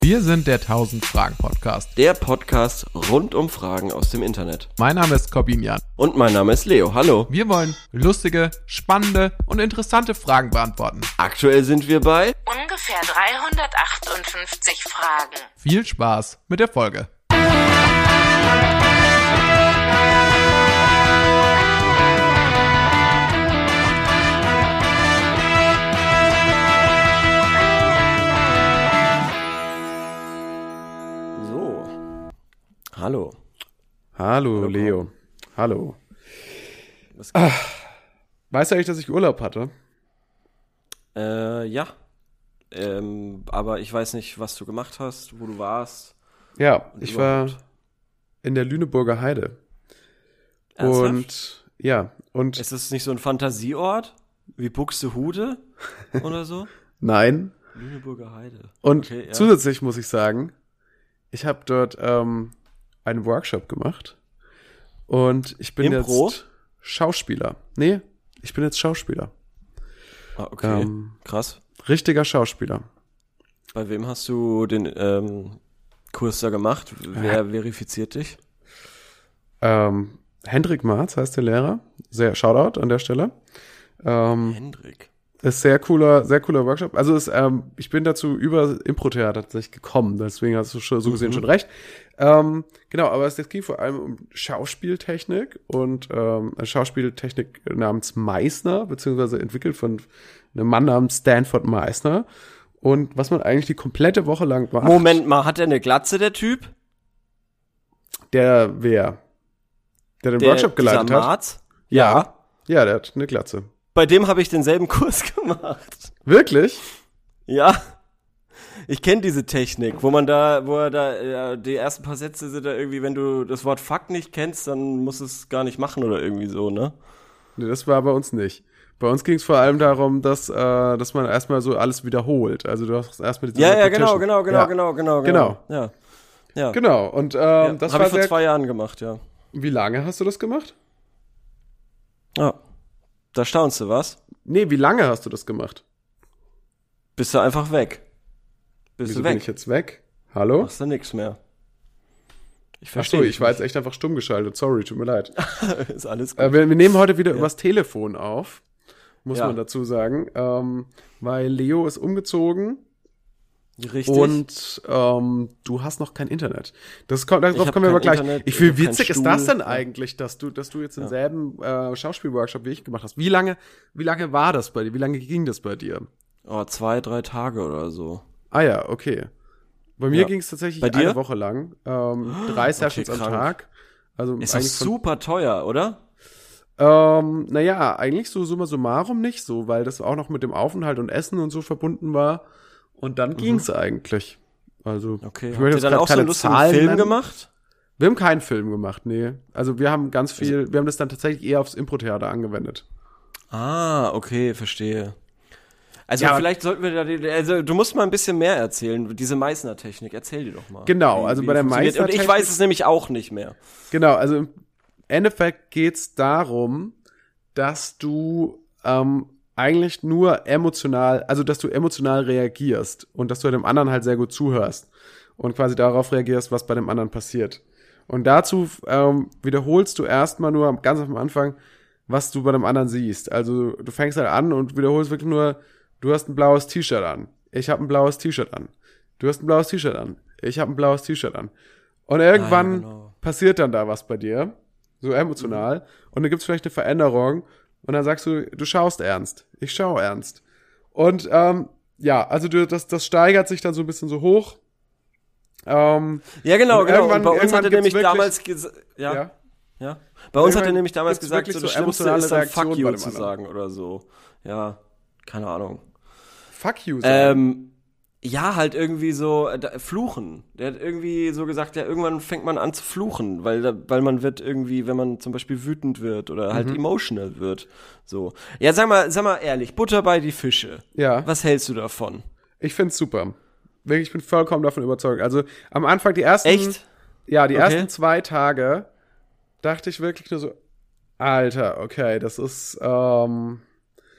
Wir sind der 1000-Fragen-Podcast. Der Podcast rund um Fragen aus dem Internet. Mein Name ist Corbinian. Und mein Name ist Leo. Hallo. Wir wollen lustige, spannende und interessante Fragen beantworten. Aktuell sind wir bei ungefähr 358 Fragen. Viel Spaß mit der Folge. Hallo. Hallo, Leo. Hallo. Weißt du eigentlich, dass ich Urlaub hatte? Ja. Aber ich weiß nicht, was du gemacht hast, wo du warst. Ja, ich war in der Lüneburger Heide. Ernsthaft? Und Ist es nicht so ein Fantasieort? Wie Buxtehude oder so? nein. Lüneburger Heide. Und Okay, ja. zusätzlich muss ich sagen, ich habe dort einen Workshop gemacht und ich bin Impro? jetzt Schauspieler. Nee, ich bin jetzt Schauspieler. Ah, okay. Krass. Richtiger Schauspieler. Bei wem hast du den Kurs da gemacht? Wer verifiziert dich? Hendrik Marz heißt der Lehrer. Sehr Shoutout an der Stelle. Hendrik. Ist sehr cooler Workshop. Also ich bin dazu über Impro-Theater tatsächlich gekommen, deswegen hast du schon, so gesehen schon recht. Genau, aber es ging vor allem um Schauspieltechnik und eine Schauspieltechnik namens Meisner, beziehungsweise entwickelt von einem Mann namens Stanford Meisner. Und was man eigentlich die komplette Woche lang macht. Moment mal, hat er eine Glatze, der Typ? Der den Workshop geleitet dieser hat? Marz? Ja, der hat eine Glatze. Bei dem habe ich denselben Kurs gemacht. Wirklich? Ja. Ich kenne diese Technik, wo die ersten paar Sätze sind da irgendwie, wenn du das Wort Fuck nicht kennst, dann musst du es gar nicht machen oder irgendwie so, ne? Nee, das war bei uns nicht. Bei uns ging es vor allem darum, dass man erstmal so alles wiederholt. Also du hast erstmal diese Genau. Ja. Genau, und das habe war ich vor 2 Jahren gemacht, ja. Wie lange hast du das gemacht? Ja. Da staunst du, was? Nee, wie lange hast du das gemacht? Bist du einfach weg. Wieso bin ich jetzt weg? Hallo? Machst du nix mehr. Ich Ach so, ich war jetzt echt einfach stumm geschaltet. Sorry, tut mir leid. Ist alles gut. Wir nehmen heute wieder übers Telefon auf, muss Ja. man dazu sagen, weil Leo ist umgezogen. Richtig. Und du hast noch kein Internet. Darauf kommen wir hab aber kein gleich. Internet, Wie ich hab witzig keinen ist das Stuhl. denn eigentlich, dass du jetzt denselben Schauspielworkshop wie ich gemacht hast? Wie lange war das bei dir? Wie lange ging das bei dir? 2-3 Tage oder so. Ah ja, okay. Bei mir Ja. ging es tatsächlich Bei dir? eine Woche lang. 3 Sessions am krank. Tag. Also Ist doch eigentlich super teuer, oder? naja, eigentlich so summa summarum nicht so, weil das auch noch mit dem Aufenthalt und Essen und so verbunden war. Und dann ging's eigentlich. Also, Okay. ich Habt möchte ihr jetzt dann grad auch so einen keine lustigen Zahlen Film nennen. gemacht? Wir haben keinen Film gemacht, nee. Also wir haben wir haben das dann tatsächlich eher aufs Impro-Theater angewendet. Ah, okay, verstehe. Also Ja, vielleicht sollten wir du musst mal ein bisschen mehr erzählen, diese Meißner-Technik, erzähl die doch mal. Genau, also bei der funktioniert. Und ich Meißner-Technik- weiß es nämlich auch nicht mehr. Genau, also im Endeffekt geht's darum, dass du eigentlich nur dass du emotional reagierst und dass du dem anderen halt sehr gut zuhörst und quasi darauf reagierst, was bei dem anderen passiert. Und dazu wiederholst du erstmal nur ganz am Anfang, was du bei dem anderen siehst. Also du fängst halt an und wiederholst wirklich nur, du hast ein blaues T-Shirt an. Ich habe ein blaues T-Shirt an. Du hast ein blaues T-Shirt an. Ich habe ein blaues T-Shirt an. Und irgendwann genau. passiert dann da was bei dir, so emotional, und dann gibt's vielleicht eine Veränderung und dann sagst du, du schaust ernst. Ich schaue ernst. Und also das steigert sich dann so ein bisschen so hoch. Ja, genau. Und Und bei uns hat er gibt's nämlich wirklich- damals gesagt, ja. Bei uns hat er Irgendwann nämlich damals gibt's gesagt, wirklich so das so Schlimmste emotionale ist dann Reaktion Fuck bei you dem zu anderen. sagen oder so. Ja, keine Ahnung. Fuck you. sagen. Ja, halt irgendwie so fluchen. Der hat irgendwie so gesagt, ja, irgendwann fängt man an zu fluchen, weil man wird irgendwie, wenn man zum Beispiel wütend wird oder halt emotional wird, so. Ja, sag mal ehrlich, Butter bei die Fische. Ja. Was hältst du davon? Ich find's super. Wirklich, ich bin vollkommen davon überzeugt. Also am Anfang die ersten Echt? Ja, die Okay. ersten 2 Tage dachte ich wirklich nur so, Alter, okay, das ist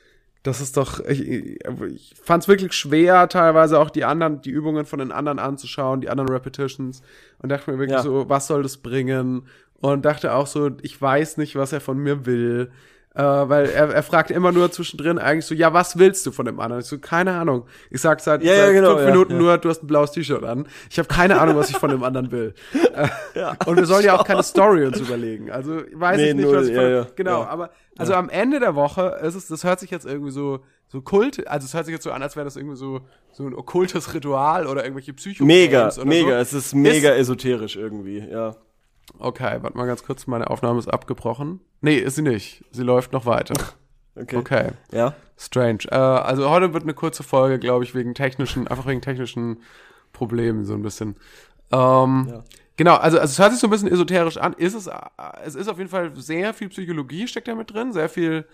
Das ist doch, ich fand es wirklich schwer, teilweise auch die Übungen von den anderen anzuschauen, die anderen Repetitions, und dachte mir wirklich so, was soll das bringen? Und dachte auch so, ich weiß nicht, was er von mir will. Weil er fragt immer nur zwischendrin eigentlich so, ja, was willst du von dem anderen? Ich so, keine Ahnung. Ich sag seit 5 Minuten nur, du hast ein blaues T-Shirt an. Ich habe keine Ahnung, was ich von dem anderen will. Und wir sollen ja auch keine Story uns überlegen. Also weiß ich nicht, was ich von Genau, aber also am Ende der Woche das hört sich jetzt irgendwie so Kult, also es hört sich jetzt so an, als wäre das irgendwie so ein okkultes Ritual oder irgendwelche Mega, es ist mega esoterisch irgendwie, ja. Okay, warte mal ganz kurz, meine Aufnahme ist abgebrochen. Nee, ist sie nicht. Sie läuft noch weiter. Okay. Ja. Strange. Also heute wird eine kurze Folge, glaube ich, wegen technischen Problemen so ein bisschen. Genau, also es hört sich so ein bisschen esoterisch an. Es ist auf jeden Fall sehr viel Psychologie steckt da mit drin, sehr viel,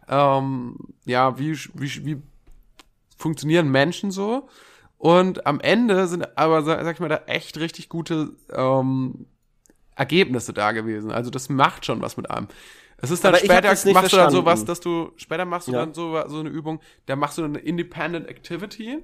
wie funktionieren Menschen so. Und am Ende sind aber, sag ich mal, da echt richtig gute Ergebnisse da gewesen. Also das macht schon was mit einem. Es ist dann später machst du dann sowas, dass du später machst du dann so eine Übung, da machst du eine Independent Activity.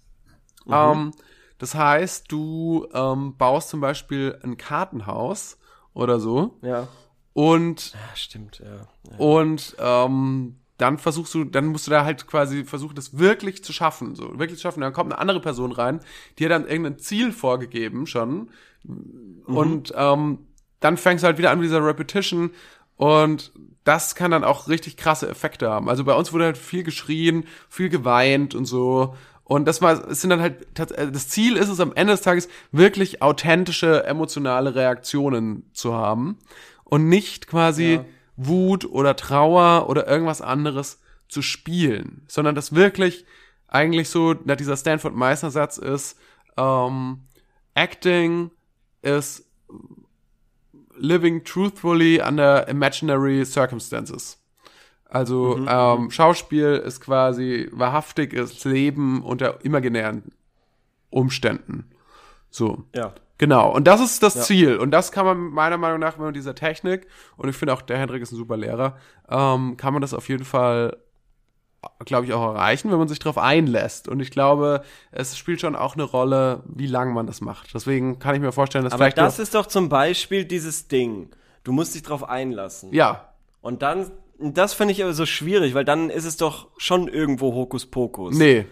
Das heißt, du baust zum Beispiel ein Kartenhaus oder so. Ja. Und stimmt, ja. Und dann musst du da halt quasi versuchen, das wirklich zu schaffen, Dann kommt eine andere Person rein, die hat dann irgendein Ziel vorgegeben schon. Und dann fängst du halt wieder an mit dieser Repetition, und das kann dann auch richtig krasse Effekte haben. Also bei uns wurde halt viel geschrien, viel geweint und so. Und das Ziel ist es am Ende des Tages, wirklich authentische emotionale Reaktionen zu haben und nicht quasi Wut oder Trauer oder irgendwas anderes zu spielen, sondern das wirklich eigentlich so, dieser Stanford-Meisner-Satz ist, Acting is living truthfully under imaginary circumstances. Also Schauspiel ist quasi wahrhaftiges Leben unter imaginären Umständen. So. Ja. Genau. Und das ist das Ziel. Und das kann man meiner Meinung nach mit dieser Technik, und ich finde auch, der Hendrik ist ein super Lehrer, kann man das auf jeden Fall, glaube ich, auch erreichen, wenn man sich darauf einlässt. Und ich glaube, es spielt schon auch eine Rolle, wie lange man das macht. Deswegen kann ich mir vorstellen, dass aber vielleicht das ist doch zum Beispiel dieses Ding. Du musst dich drauf einlassen. Ja. Und dann, das finde ich aber so schwierig, weil dann ist es doch schon irgendwo Hokuspokus. Nee.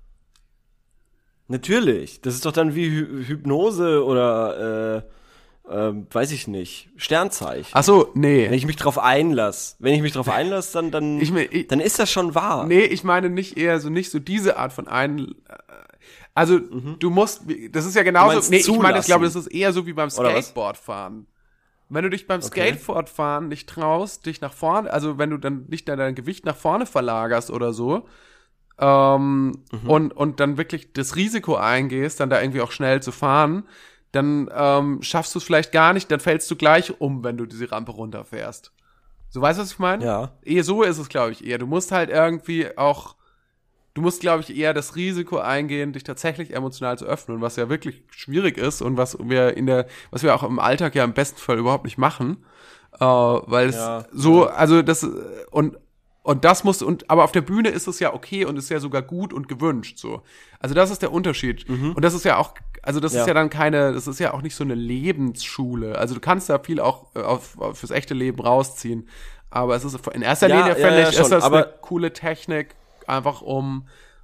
Natürlich. Das ist doch dann wie Hypnose oder weiß ich nicht, Sternzeichen. Ach so, nee. Wenn ich mich drauf einlasse, dann ist das schon wahr. Nee, ich meine nicht diese Art von also du musst, das ist ja genauso, ich glaube, das ist eher so wie beim Skateboardfahren. Wenn du dich beim Skateboardfahren nicht traust, dich nach vorne, also wenn du dann nicht dein Gewicht nach vorne verlagerst oder so, und dann wirklich das Risiko eingehst, dann da irgendwie auch schnell zu fahren, dann schaffst du es vielleicht gar nicht, dann fällst du gleich um, wenn du diese Rampe runterfährst. So, weißt du, was ich meine? Ja. Eher so ist es, glaube ich, eher. Du musst halt irgendwie auch, glaube ich, eher das Risiko eingehen, dich tatsächlich emotional zu öffnen, was ja wirklich schwierig ist und was wir auch im Alltag ja im besten Fall überhaupt nicht machen, weil es also das, und das aber auf der Bühne ist es ja okay und ist ja sogar gut und gewünscht, so. Also das ist der Unterschied. Und das ist ja auch, also das ist ja dann das ist ja auch nicht so eine Lebensschule. Also du kannst da viel auch fürs echte Leben rausziehen. Aber es ist in erster Linie, finde ich, ist das eine coole Technik, einfach um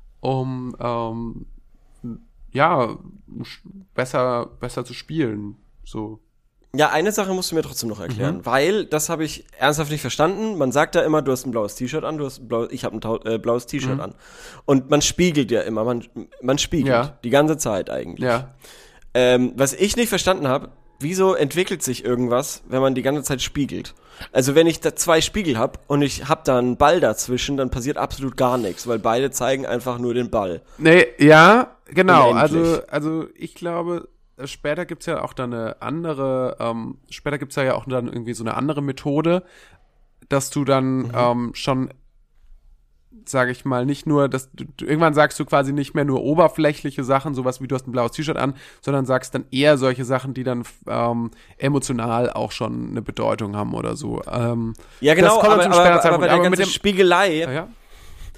besser zu spielen, so. Ja, eine Sache musst du mir trotzdem noch erklären, weil das habe ich ernsthaft nicht verstanden. Man sagt ja immer, du hast ein blaues T-Shirt an, ich habe ein blaues T-Shirt an. Und man spiegelt ja immer, man spiegelt die ganze Zeit eigentlich. Ja. Was ich nicht verstanden habe, wieso entwickelt sich irgendwas, wenn man die ganze Zeit spiegelt? Also wenn ich da 2 Spiegel habe und ich habe da einen Ball dazwischen, dann passiert absolut gar nichts, weil beide zeigen einfach nur den Ball. Nee, ja, genau. Also ich glaube, später gibt's ja auch dann eine andere, ja auch dann irgendwie so eine andere Methode, dass du dann schon, sage ich mal, nicht nur, dass du irgendwann sagst du quasi nicht mehr nur oberflächliche Sachen, sowas wie du hast ein blaues T-Shirt an, sondern sagst dann eher solche Sachen, die dann emotional auch schon eine Bedeutung haben oder so. Ja, genau, aber der ganze Spiegelei,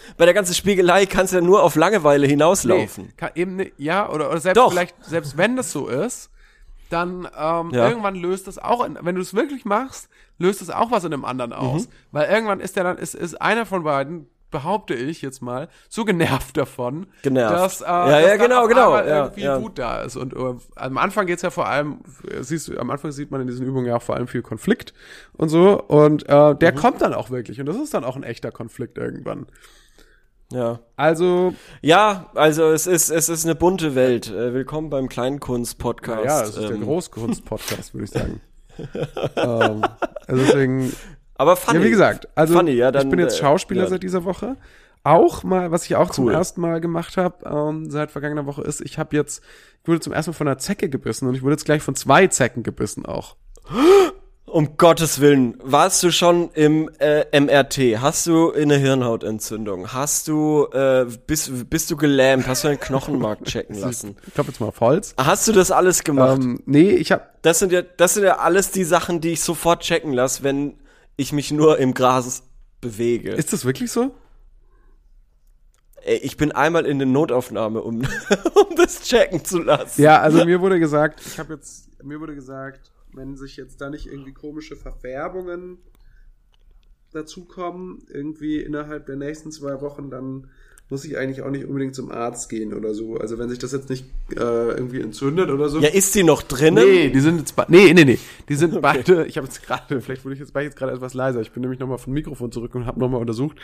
bei der ganzen Spiegelei kannst du ja nur auf Langeweile hinauslaufen. Ja, oder selbst Doch. vielleicht, selbst wenn das so ist, dann irgendwann löst das auch, wenn du es wirklich machst, löst es auch was in dem anderen aus. Weil irgendwann ist ist einer von beiden, behaupte ich jetzt mal, so genervt davon, dass genau, irgendwie Wut da ist. Und am Anfang geht's ja vor allem, am Anfang sieht man in diesen Übungen ja auch vor allem viel Konflikt und so. Und der kommt dann auch wirklich. Und das ist dann auch ein echter Konflikt irgendwann. Ja. Also es ist eine bunte Welt. Willkommen beim Kleinkunst-Podcast. Ja, es ist der Großkunst-Podcast, würde ich sagen. Also deswegen, aber funny. ja, wie gesagt, also funny, ja, dann, ich bin jetzt Schauspieler seit dieser Woche. Auch mal, was ich auch zum ersten Mal gemacht habe, seit vergangener Woche ist, ich wurde zum ersten Mal von einer Zecke gebissen und ich wurde jetzt gleich von 2 Zecken gebissen auch. Um Gottes Willen, warst du schon im MRT? Hast du eine Hirnhautentzündung? Hast du bist du gelähmt? Hast du einen Knochenmark checken lassen? Ich glaube jetzt mal auf Holz. Hast du das alles gemacht? Nee, ich habe Das sind ja alles die Sachen, die ich sofort checken lasse, wenn ich mich nur im Gras bewege. Ist das wirklich so? Ey, ich bin einmal in der Notaufnahme, um das checken zu lassen. Ja, also mir wurde gesagt, wenn sich jetzt da nicht irgendwie komische Verfärbungen dazukommen, irgendwie innerhalb der nächsten 2 Wochen, dann muss ich eigentlich auch nicht unbedingt zum Arzt gehen oder so. Also wenn sich das jetzt nicht irgendwie entzündet oder so. Ja, ist die noch drinnen? Nee, die sind jetzt nee. Die sind beide, ich habe jetzt gerade, war ich jetzt gerade etwas leiser. Ich bin nämlich nochmal vom Mikrofon zurück und habe nochmal untersucht.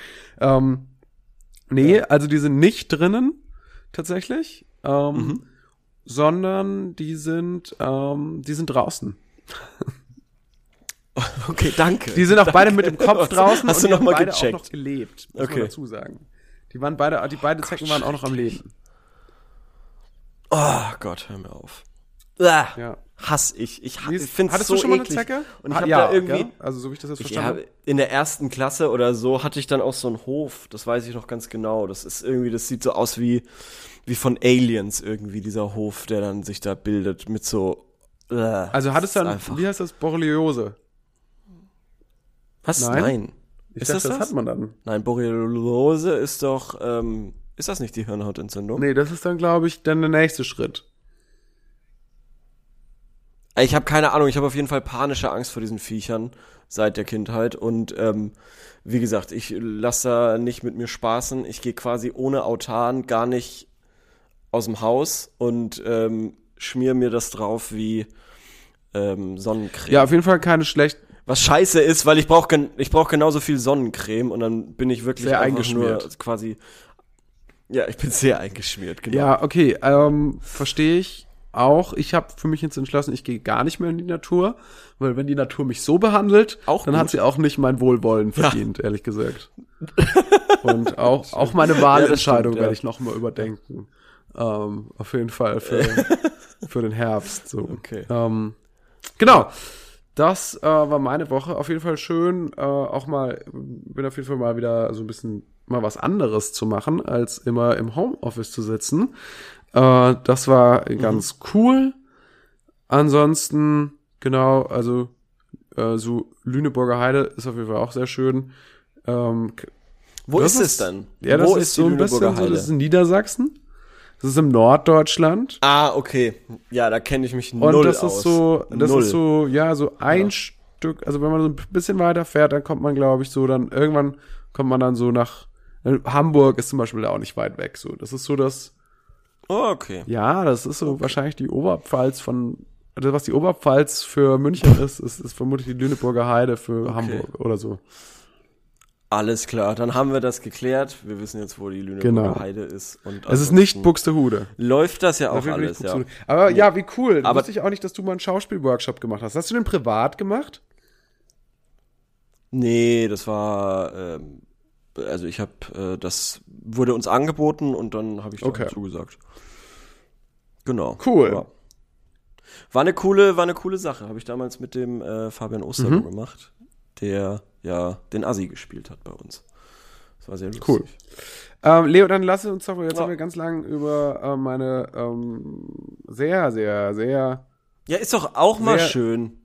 Also die sind nicht drinnen, tatsächlich, sondern die sind draußen. Okay, danke. Die sind auch beide mit dem Kopf draußen Hast und du die haben noch mal beide gecheckt? auch noch gelebt, muss Okay. man dazu sagen. Die beiden Zecken waren auch noch am Leben. Oh Gott, hör mir auf. Ja. Hass ich. Ich finde es Hattest so du schon mal eine eklig. Zecke? Und ich habe ja, da irgendwie... ja? Also so wie ich das jetzt Ja, verstanden habe. in der 1. Klasse oder so hatte ich dann auch so einen Hof. Das weiß ich noch ganz genau. Das sieht so aus wie von Aliens irgendwie, dieser Hof, der dann sich da bildet mit so... Also hattest du dann, wie heißt das, Borreliose? Was? Nein. Nein. Ich Ist dachte, das das hat man dann. Nein, Borreliose ist doch... ist das nicht die Hirnhautentzündung? Nee, das ist dann, glaube ich, dann der nächste Schritt. Ich habe keine Ahnung, ich habe auf jeden Fall panische Angst vor diesen Viechern seit der Kindheit und wie gesagt, ich lasse da nicht mit mir spaßen. Ich gehe quasi ohne Autan gar nicht aus dem Haus und schmier mir das drauf wie Sonnencreme. Ja, auf jeden Fall keine schlecht. Was scheiße ist, weil ich brauch genauso viel Sonnencreme und dann bin ich wirklich sehr einfach eingeschmiert. nur quasi... Ja, ich bin sehr eingeschmiert, genau. Ja, okay, verstehe ich auch. Ich habe für mich jetzt entschlossen, ich gehe gar nicht mehr in die Natur, weil wenn die Natur mich so behandelt, Auch dann gut. hat sie auch nicht mein Wohlwollen verdient, ehrlich gesagt. Und auch meine Wahlentscheidung stimmt, ja. werde ich noch mal überdenken. Auf jeden Fall für den Herbst. So. Okay. Genau. Das war meine Woche. Auf jeden Fall schön, bin auf jeden Fall mal wieder so ein bisschen mal was anderes zu machen, als immer im Homeoffice zu sitzen. Das war ganz cool. Ansonsten, genau, also so Lüneburger Heide ist auf jeden Fall auch sehr schön. Wo ist es dann? Ja, das Wo ist so ein bisschen so, das ist in Niedersachsen. Das ist im Norddeutschland. Ah, okay. Ja, da kenne ich mich null Und das aus. ist so, Null. so ein Stück, also wenn man so ein bisschen weiter fährt, dann kommt man, glaube ich, so dann, irgendwann kommt man dann so nach, Hamburg ist zum Beispiel auch nicht weit weg, so. Das ist so das, Oh, okay. ja, das ist so wahrscheinlich die Oberpfalz also was die Oberpfalz für München ist vermutlich die Lüneburger Heide für Hamburg oder so. Alles klar, dann haben wir das geklärt. Wir wissen jetzt, wo die Lüneburger Genau. Heide ist. Und Es ist nicht Buxtehude. läuft das ja auch Auf jeden Fall alles, nicht ja. Buxtehude. Aber ja, wie cool. Aber- Wusste ich auch nicht, dass du mal einen Schauspielworkshop gemacht hast. Hast du den privat gemacht? Nee, das war, also ich habe, das wurde uns angeboten und dann habe ich Okay. zugesagt. Genau. Cool. Ja. War eine coole Sache. Habe ich damals mit dem Fabian Osterloh gemacht, der ja den Assi gespielt hat bei uns. Das war sehr lustig. Cool. Leo, dann lass uns doch, jetzt Ja. haben wir ganz lang über meine sehr, sehr, sehr, Ja, ist doch auch mal Sehr- schön.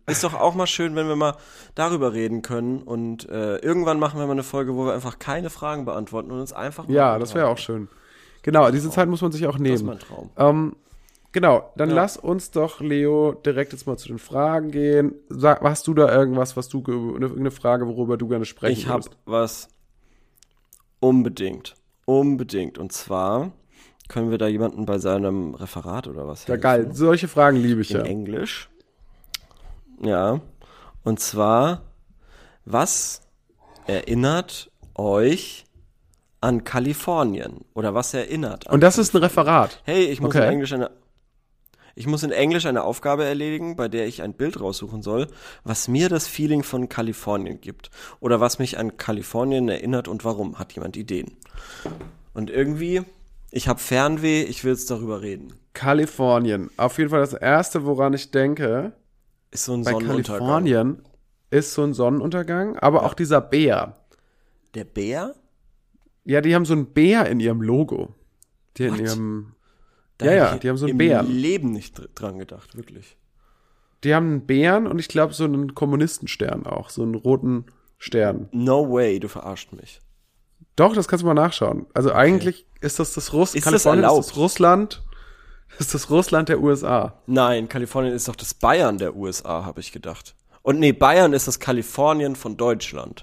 ist doch auch mal schön, wenn wir mal darüber reden können und irgendwann machen wir mal eine Folge, wo wir einfach keine Fragen beantworten und uns einfach mal Ja, das wäre auch schön. Genau, diese Zeit muss man sich auch nehmen. Das ist mein Traum. Genau, dann lass uns doch, Leo, direkt jetzt mal zu den Fragen gehen. Hast du da irgendwas, irgendeine Frage, worüber du gerne sprechen Ich habe würdest? was unbedingt. Und zwar können wir da jemanden bei seinem Referat oder was Ja, helfen? geil. Solche Fragen liebe ich In ja. Englisch. Ja. Und zwar, was erinnert euch an Kalifornien? Oder was erinnert an Und das ist ein Referat. Hey, ich muss Okay. in Englisch eine Aufgabe erledigen, bei der ich ein Bild raussuchen soll, was mir das Feeling von Kalifornien gibt. Oder was mich an Kalifornien erinnert und warum. Hat jemand Ideen? Und irgendwie, ich habe Fernweh, ich will jetzt darüber reden. Kalifornien. Auf jeden Fall das Erste, woran ich denke, Ist so ein bei Sonnenuntergang. Kalifornien ist so ein Sonnenuntergang, aber auch dieser Bär. Der Bär? Ja, die haben so einen Bär in ihrem Logo. Die What? in ihrem, Da Ja, hätte ja, ich die haben so einen im Bären. Leben nicht dran gedacht, wirklich. die haben einen Bären und ich glaube so einen Kommunistenstern auch, so einen roten Stern. No way, du verarscht mich. Doch, das kannst du mal nachschauen. Also eigentlich ist das Ist Kalifornien das erlaubt? ist das Russland der USA. Nein, Kalifornien ist doch das Bayern der USA, habe ich gedacht. Und nee, Bayern ist das Kalifornien von Deutschland.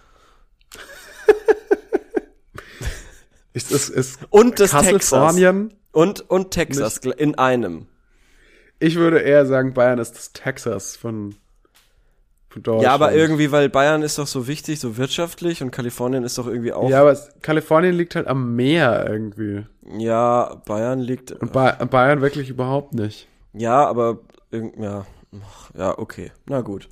Ist Und das Texas. Kalifornien. Und Texas in einem. Ich würde eher sagen, Bayern ist das Texas von Deutschland. Ja, aber irgendwie, weil Bayern ist doch so wichtig, so wirtschaftlich und Kalifornien ist doch irgendwie auch. Ja, aber Kalifornien liegt halt am Meer irgendwie. Ja, Bayern liegt. Und Bayern wirklich überhaupt nicht. Ja, aber ja, okay. Na gut.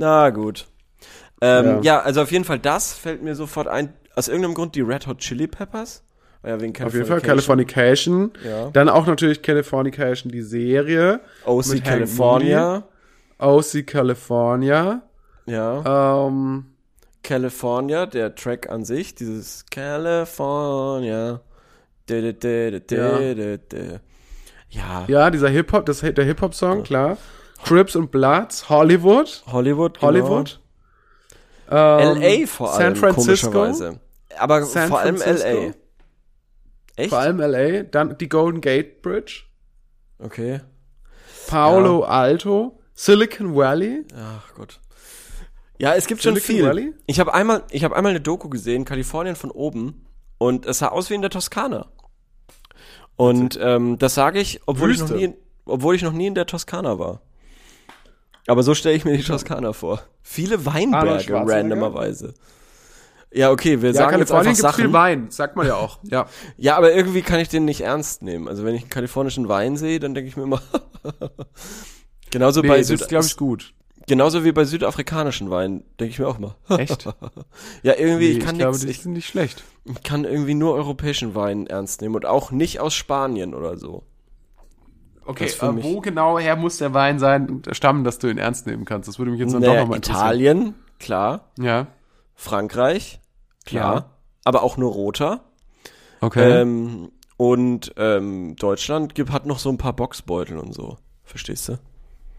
Ja, also auf jeden Fall das fällt mir sofort ein. Aus irgendeinem Grund die Red Hot Chili Peppers. Ja, wegen Auf jeden Fall Californication. Ja. Dann auch natürlich Californication, die Serie. OC mit Hank California. OC California. Ja. California, der Track an sich, dieses California. Ja. Ja, dieser Hip-Hop, der Hip-Hop-Song, klar. Crips und Bloods, Hollywood. Hollywood. LA vor allem, San Francisco. komischerweise. Aber San vor allem Francisco. LA. Echt? Vor allem LA. Dann die Golden Gate Bridge. Okay. Palo Alto. Silicon Valley. Ach Gott. Ja, es gibt schon Silicon viel. Valley? Ich habe einmal eine Doku gesehen, Kalifornien von oben, und es sah aus wie in der Toskana. Und das sage ich, obwohl ich noch nie in der Toskana war. Aber so stelle ich mir die Toskana vor. Viele Arnold Weinberge Schwarzenegger? randomerweise. Ja, okay, wir Ja, sagen jetzt Kalifornien einfach gibt's viel Sachen. Wein, sagt man ja auch. Ja. Ja, aber irgendwie kann ich den nicht ernst nehmen. Also wenn ich einen kalifornischen Wein sehe, dann denke ich mir immer genauso Nee, bei das ist, glaube ich, gut. genauso wie bei südafrikanischen Weinen, denke ich mir auch mal. Echt? Ja, irgendwie, Nee, ich glaube, die sind nicht schlecht. kann irgendwie nur europäischen Wein ernst nehmen und auch nicht aus Spanien oder so. Okay, Das für mich- wo genau her muss der Wein stammen, dass du ihn ernst nehmen kannst? Das würde mich jetzt dann doch nochmal interessieren. Italien, klar. Ja, Frankreich, klar. Ja. Aber auch nur roter. okay. Und Deutschland hat noch so ein paar Boxbeutel und so. Verstehst du?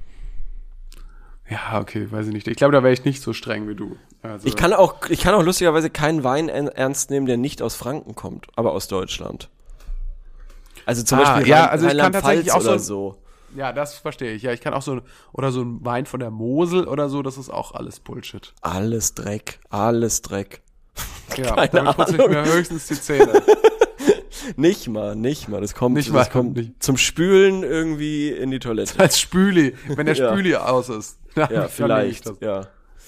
Ja, okay, weiß ich nicht. Ich glaube, da wäre ich nicht so streng wie du. Also, Ich kann auch lustigerweise keinen Wein ernst nehmen, der nicht aus Franken kommt, aber aus Deutschland. Also zum Beispiel ja, also ich kann tatsächlich auch oder so- so. Ja, das verstehe ich. Ja, ich kann auch so ein Wein von der Mosel oder so, das ist auch alles Bullshit. Alles Dreck. Ja, Keine damit putze ich Ahnung. mir höchstens die Zähne. Nicht mal. Das kommt, Nicht mal, das kommt nicht. zum Spülen irgendwie in die Toilette. Als Spüli, wenn der Ja. Spüli aus ist. Dann Ja, nehme ich vielleicht. das. Ja.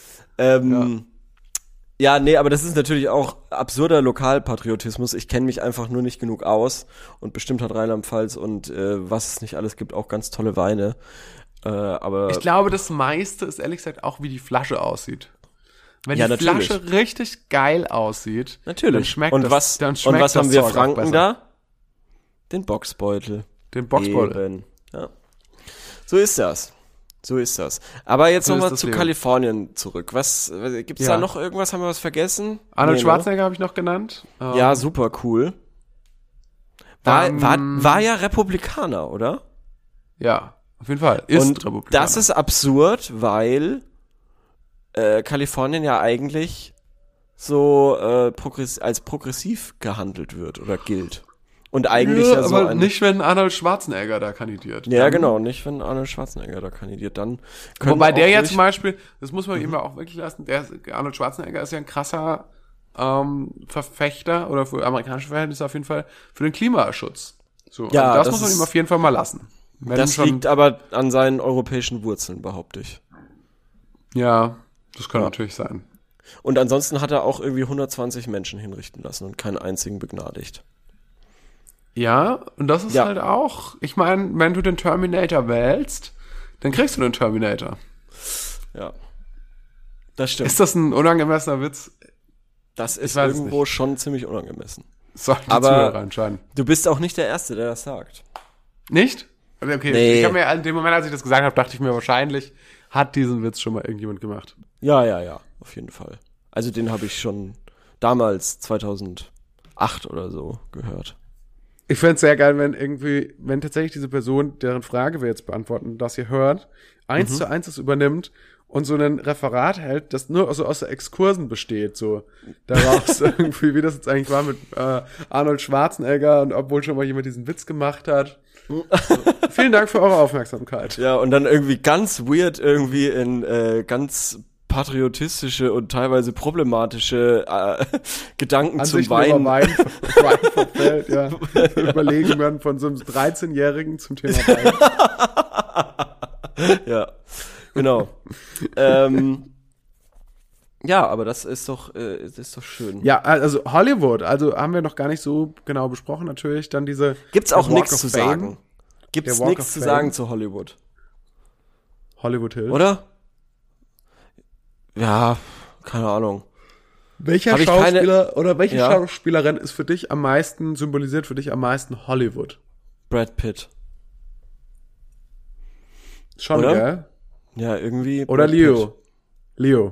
Ja, nee, aber das ist natürlich auch absurder Lokalpatriotismus. Ich kenne mich einfach nur nicht genug aus und bestimmt hat Rheinland-Pfalz und was es nicht alles gibt, auch ganz tolle Weine. Aber Ich glaube, das meiste ist ehrlich gesagt auch, wie die Flasche aussieht. Wenn Ja, die natürlich. Flasche richtig geil aussieht, natürlich. dann schmeckt und das, was, dann und schmeckt was das haben wir Zeug auch Franken besser. da? Den Boxbeutel. Den Boxbeutel. Eben. Ja. So ist das. Aber jetzt So ist nochmal das zu Leben. Kalifornien zurück. Was gibt's Ja. da noch irgendwas? Haben wir was vergessen? Arnold Nee, ne? Schwarzenegger habe ich noch genannt. Ja, super cool. War ja Republikaner, oder? Ja, Auf jeden Fall. Ist Und Republikaner. das ist absurd, weil Kalifornien ja eigentlich so als progressiv gehandelt wird oder gilt. Und eigentlich ja so aber nicht, wenn Arnold Schwarzenegger da kandidiert. Ja, Dann- genau, nicht wenn Arnold Schwarzenegger da kandidiert, dann können Wobei der auch ja nicht- zum Beispiel, das muss man ihm auch wirklich lassen, Arnold Schwarzenegger ist ja ein krasser Verfechter oder für amerikanische Verhältnisse auf jeden Fall für den Klimaschutz. So, Ja, also das das muss man ist- ihm auf jeden Fall mal lassen. Wenn das schon, liegt aber an seinen europäischen Wurzeln, behaupte ich. ja, das kann natürlich sein. Und ansonsten hat er auch irgendwie 120 Menschen hinrichten lassen und keinen einzigen begnadigt. Ja, und das ist Ja. halt auch, ich meine, wenn du den Terminator wählst, dann kriegst du den Terminator. Ja. Das stimmt. Ist das ein unangemessener Witz? Das ist weiß es irgendwo schon ziemlich unangemessen. Sollten die Aber- Zuhörer entscheiden. Du bist auch nicht der Erste, der das sagt. Nicht? Okay, Nee. ich habe mir in dem Moment, als ich das gesagt habe, dachte ich mir, wahrscheinlich hat diesen Witz schon mal irgendjemand gemacht. Ja, auf jeden Fall. Also den habe ich schon damals, 2008 oder so, gehört. Ich fände es sehr geil, wenn tatsächlich diese Person, deren Frage wir jetzt beantworten, das hier hört, 1:1 das übernimmt und so ein Referat hält, das nur aus der Exkursen besteht, so daraus irgendwie, wie das jetzt eigentlich war mit Arnold Schwarzenegger und obwohl schon mal jemand diesen Witz gemacht hat. So, vielen Dank für eure Aufmerksamkeit. Ja, und dann irgendwie ganz weird irgendwie in ganz patriotistische und teilweise problematische Gedanken Ansichten zum Wein. über Wein verfällt, ja. Überlegungen von so einem 13-Jährigen zum Thema Wein. Ja, genau. Ja, aber das ist doch schön. Ja, also Hollywood, also haben wir noch gar nicht so genau besprochen natürlich, dann diese Gibt's auch der Walk nichts of zu Fame. sagen. Gibt's Der Walk nichts of zu Fame. sagen zu Hollywood, Hollywood Hills. oder? Ja, keine Ahnung. Welcher Hab ich Schauspieler oder welche Ja. Schauspielerin ist für dich am meisten, symbolisiert für dich am meisten Hollywood? Brad Pitt. Schon, Oder? gell? Ja, irgendwie. Oder Brad Leo? Pitt. Leo.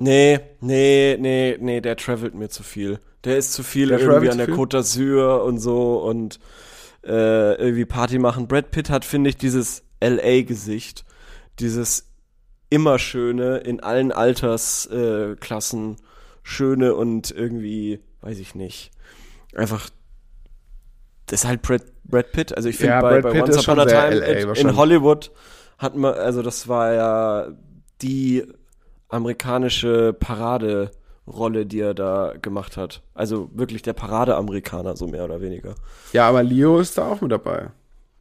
Nee, der travelt mir zu viel. Der ist zu viel Der irgendwie travelt an der zu viel? Côte d'Azur und so und irgendwie Party machen. Brad Pitt hat, finde ich, dieses LA-Gesicht, dieses immer schöne, in allen Altersklassen schöne und irgendwie, weiß ich nicht, einfach, das ist halt Brad Pitt. Also ich finde Ja, bei Brad Pitt Once ist Upon a schon sehr Time LA in wahrscheinlich. Hollywood hat man, also das war ja die amerikanische Paraderolle, die er da gemacht hat. Also wirklich der Paradeamerikaner, so mehr oder weniger. Ja, aber Leo ist da auch mit dabei.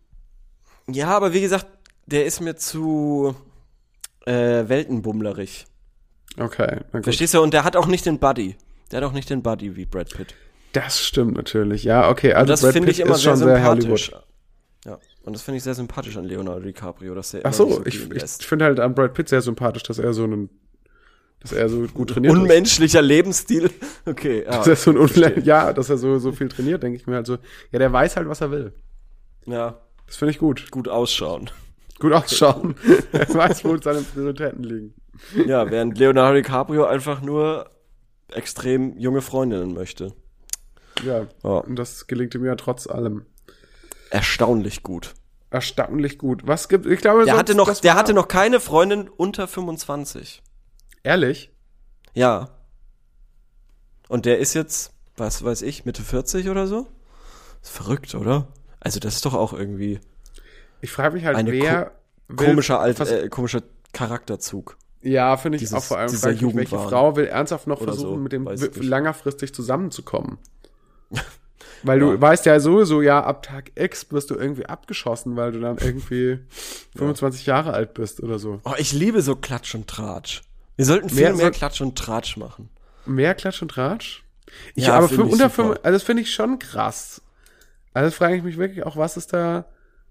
Ja, aber wie gesagt, der ist mir zu weltenbummlerig. Okay, na gut. Verstehst du? Und der hat auch nicht den Buddy. Der hat auch nicht den Buddy wie Brad Pitt. Das stimmt natürlich. Ja, okay, also Und das Brad finde Pitt ich immer ist sehr schon sehr sympathisch. Hollywood. Ja, und das finde ich sehr sympathisch an Leonardo DiCaprio, dass er Ach immer so, nicht ich gehen lässt. finde halt an Brad Pitt sehr sympathisch, dass er so gut trainiert ist. Unmenschlicher Lebensstil. Okay, ja. Dass er so dass er so viel trainiert, denke ich mir halt so. Ja, der weiß halt, was er will. Ja, Das finde ich gut. gut ausschauen. Gut ausschauen. Er weiß, wo seine Prioritäten liegen. Ja, während Leonardo DiCaprio einfach nur extrem junge Freundinnen möchte. Ja, Ja. und das gelingt ihm ja trotz allem. Erstaunlich gut. Erstaunlich gut. Was gibt, ich glaube, Der sonst- hatte noch keine Freundin unter 25. Ehrlich? Ja. Und der ist jetzt, was weiß ich, Mitte 40 oder so? Ist verrückt, oder? Also das ist doch auch irgendwie Ich frage mich halt, Eine wer will komischer Charakterzug. Ja, finde ich Dieses- auch vor allem, dieser frage ich mich, welche Jugendwahn. Frau will ernsthaft noch Oder versuchen, so, mit dem weiß ich nicht. längerfristig zusammenzukommen. Weil du weißt ja sowieso, ja, ab Tag X wirst du irgendwie abgeschossen, weil du dann irgendwie 25 Jahre alt bist oder so. Oh, ich liebe so Klatsch und Tratsch. Wir sollten viel Mehr mehr so- Klatsch und Tratsch machen. Mehr Klatsch und Tratsch? Ja, aber finde ich unter super. 5, also das finde ich schon krass. Also das frage ich mich wirklich auch, was ist da,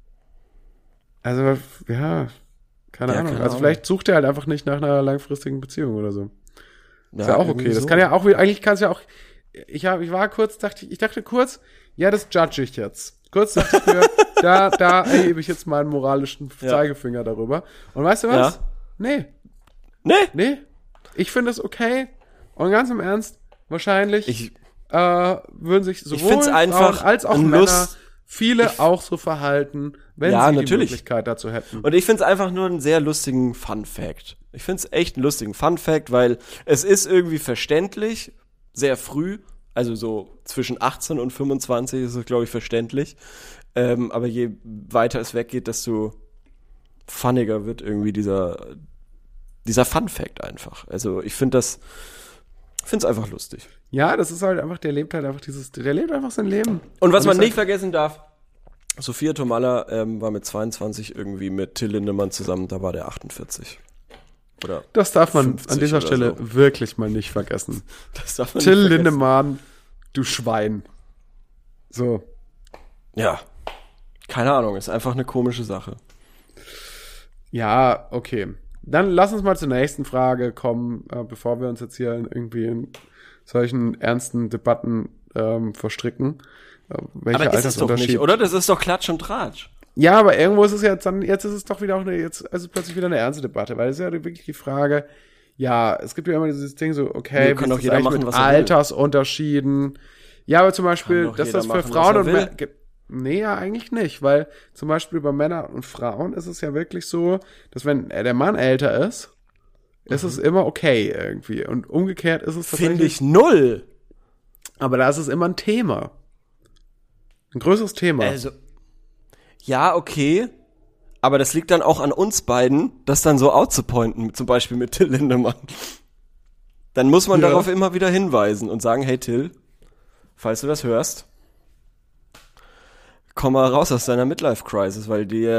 also, ja, keine Ja, Ahnung. keine Also Ahnung. vielleicht sucht er halt einfach nicht nach einer langfristigen Beziehung oder so. Ist ja auch irgendwie okay. Das so. kann ja auch, eigentlich kann es ja auch, ich dachte kurz, ja, das judge ich jetzt. Kurz dachte ich mir, da erhebe ich jetzt meinen moralischen Ja. Zeigefinger darüber. Und weißt du was? Ja. Nee, Nee, ich finde es okay. Und ganz im Ernst, wahrscheinlich ich würden sich sowohl find's einfach Frauen als auch ein Männer Lust- viele auch so verhalten, wenn Ja, sie die natürlich. Möglichkeit dazu hätten. Und ich find's einfach nur einen sehr lustigen Fun-Fact. Ich find's echt einen lustigen Fun-Fact, weil es ist irgendwie verständlich, sehr früh, also so zwischen 18 und 25 ist es, glaube ich, verständlich. Aber je weiter es weggeht, desto funniger wird irgendwie dieser Fun-Fact einfach. Also ich find's einfach lustig. Ja, das ist halt einfach, der lebt einfach sein Leben. Und was Und man ich nicht vergessen darf, Sophia Tomalla war mit 22 irgendwie mit Till Lindemann zusammen, da war der 48. Oder Das darf man 50 an dieser oder Stelle so. wirklich mal nicht vergessen. Das darf man Till nicht vergessen. Lindemann, du Schwein. So. Ja, keine Ahnung, ist einfach eine komische Sache. Ja, okay. Dann lass uns mal zur nächsten Frage kommen, bevor wir uns jetzt hier irgendwie in solchen ernsten Debatten verstricken. Welcher Aber ist es doch nicht, oder? Das ist doch Klatsch und Tratsch. Ja, aber irgendwo ist es jetzt ist es doch wieder auch plötzlich wieder eine ernste Debatte, weil es ist ja wirklich die Frage, ja, es gibt ja immer dieses Ding so, okay, Nee, kann wie doch ist jeder das eigentlich machen, mit was er will. Altersunterschieden? Ja, aber zum Beispiel, doch dass jeder das für machen, was Frauen er und will. Männer nee, ja, eigentlich nicht, weil zum Beispiel bei Männern und Frauen ist es ja wirklich so, dass wenn der Mann älter ist, ist es immer okay irgendwie. Und umgekehrt ist es Finde tatsächlich, ich null. aber da ist es immer ein Thema. Ein größeres Thema. Also, ja, okay. Aber das liegt dann auch an uns beiden, das dann so outzupointen, zum Beispiel mit Till Lindemann. Dann muss man Ja. darauf immer wieder hinweisen und sagen, hey Till, falls du das hörst, komm mal raus aus deiner Midlife-Crisis, weil die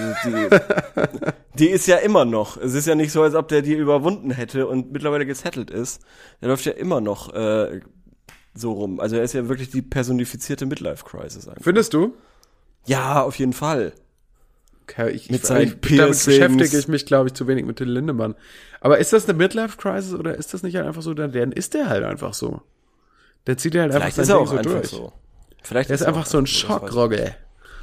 ist ja immer noch. Es ist ja nicht so, als ob der die überwunden hätte und mittlerweile gesettelt ist. Der läuft ja immer noch so rum. Also er ist ja wirklich die personifizierte Midlife-Crisis einfach. Findest du? Ja, auf jeden Fall. Okay, Mit seinen damit Piercings. beschäftige ich mich, glaube ich, zu wenig mit Till Lindemann. Aber ist das eine Midlife-Crisis oder ist das nicht halt einfach so, dann ist der halt einfach so. Der zieht halt einfach Vielleicht sein ist er Ding auch so einfach durch. so. Vielleicht Der ist er einfach auch so ein das weiß ich Schockrogge.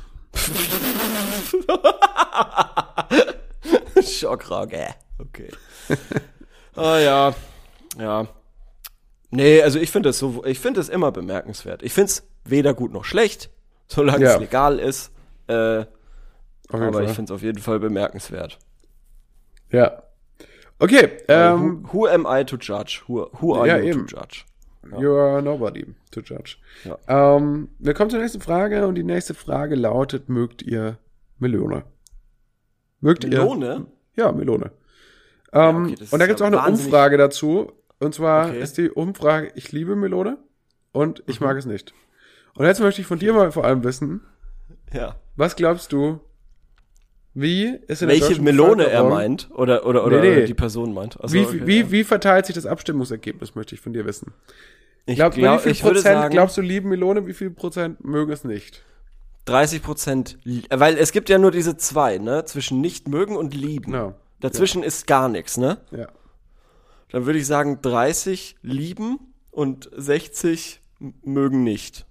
Schockrogge. Okay. Ja. Ja. Nee, also ich finde es immer bemerkenswert. Ich finde es weder gut noch schlecht, solange Ja. es legal ist. Auf jeden Aber Fall. ich finde es auf jeden Fall bemerkenswert. Ja. Okay, Who am I to judge? Who are Ja, you eben. to judge? you are nobody to judge. Ja. Wir kommen zur nächsten Frage und die nächste Frage lautet, mögt ihr Melone? Mögt Melone? ihr? Ja, Melone. okay, das und da ist gibt's ja auch eine wahnsinnig- Umfrage dazu. Und zwar Okay. ist die Umfrage, ich liebe Melone und ich mag es nicht. Und jetzt möchte ich von dir mal vor allem wissen, Ja. was glaubst du, wie ist in der Welche deutschen Melone er Bevölkerung- meint oder Nee. die Person meint. Also, Wie verteilt sich das Abstimmungsergebnis, möchte ich von dir wissen. Ich Wie viel würde Prozent sagen, glaubst du lieben Melone, wie viel Prozent mögen es nicht? 30%, weil es gibt ja nur diese zwei, ne, zwischen nicht mögen und lieben. Genau. Dazwischen ist gar nichts, ne? Ja. Dann würde ich sagen 30 lieben und 60 mögen nicht.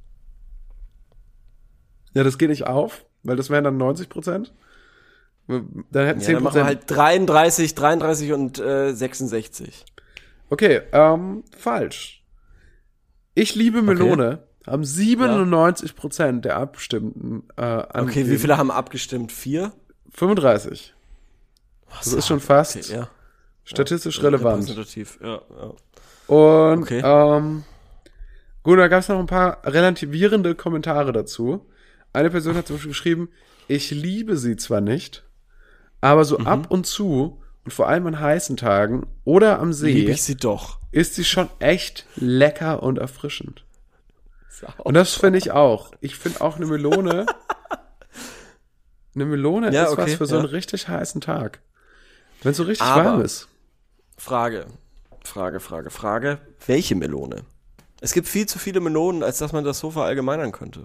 Ja, das geht nicht auf, weil das wären dann 90%. Dann hätten Ja, 10%. dann machen wir halt 33 und 66. Okay, falsch. Ich liebe Melone. Haben 97% der Abstimmenden angegeben. Okay, wie viele haben abgestimmt? 4? 35. Das ist schon fast Okay, ja. statistisch relevant. Repräsentativ, ja. Und Okay. gut, da gab es noch ein paar relativierende Kommentare dazu. Eine Person hat zum Beispiel geschrieben, ich liebe sie zwar nicht, aber so ab und zu und vor allem an heißen Tagen oder am See Liebe ich sie doch. ist sie schon echt lecker und erfrischend. Und das finde ich auch. Ich finde auch eine Melone Ja, ist okay, was für so einen ja. richtig heißen Tag. Wenn es so richtig Aber- warm ist. Frage. Welche Melone? Es gibt viel zu viele Melonen, als dass man das so verallgemeinern könnte.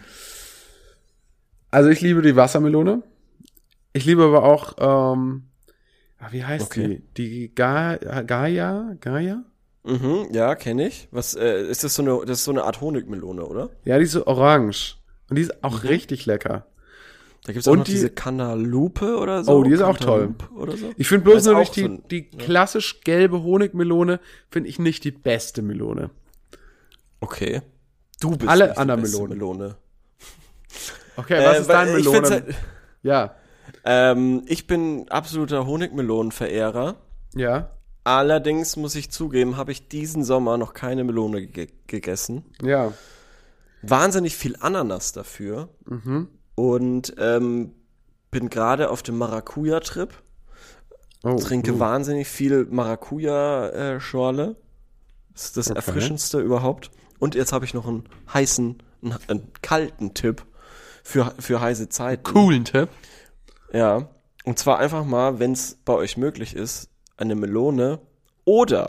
Also ich liebe die Wassermelone. Ich liebe aber auch, wie heißt Okay. die? Die Gaia? Mhm, ja, kenne ich. Was, ist das ist so eine Art Honigmelone, oder? Ja, die ist so orange. Und die ist auch richtig lecker. Da gibt's auch Und noch die- diese Cantaloupe oder so. Oh, die ist auch toll. Cantaloupe Oder so. Ich finde bloß Das ist nur auch nicht so ein- die klassisch gelbe Honigmelone, finde ich nicht die beste Melone. Okay. Du bist Alle nicht die anderen beste Melonen. Melone. Okay, was ist dein ich find's Melonen? Ja, Ich bin absoluter Honigmelonenverehrer. ja, Allerdings muss ich zugeben, habe ich diesen Sommer noch keine Melone gegessen. ja. Wahnsinnig viel Ananas dafür. Und bin gerade auf dem Maracuja-Trip. Oh, Trinke wahnsinnig viel Maracuja-Schorle. Das ist das Erfrischendste überhaupt. Und jetzt habe ich noch einen kalten Tipp für heiße Zeiten. Coolen Tipp. Ja, und zwar einfach mal, wenn es bei euch möglich ist, eine Melone oder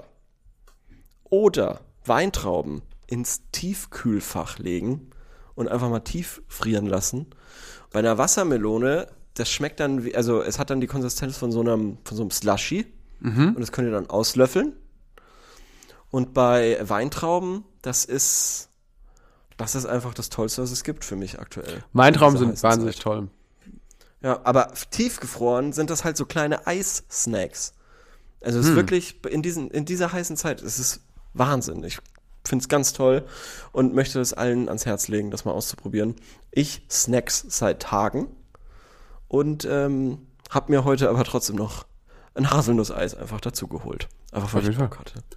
Weintrauben ins Tiefkühlfach legen und einfach mal tief frieren lassen. Bei einer Wassermelone, das schmeckt dann wie, also es hat dann die Konsistenz von so einem Slushy und das könnt ihr dann auslöffeln. Und bei Weintrauben, das ist einfach das Tollste, was es gibt für mich aktuell. Weintrauben In dieser sind heißen wahnsinnig Zeit. toll. Ja, aber tiefgefroren sind das halt so kleine Eissnacks. Also es ist wirklich in dieser heißen Zeit, es ist Wahnsinn. Ich finde es ganz toll und möchte es allen ans Herz legen, das mal auszuprobieren. Ich snacks seit Tagen und habe mir heute aber trotzdem noch ein Haselnusseis einfach dazu geholt. Einfach weil Auf ich jeden Bock hatte.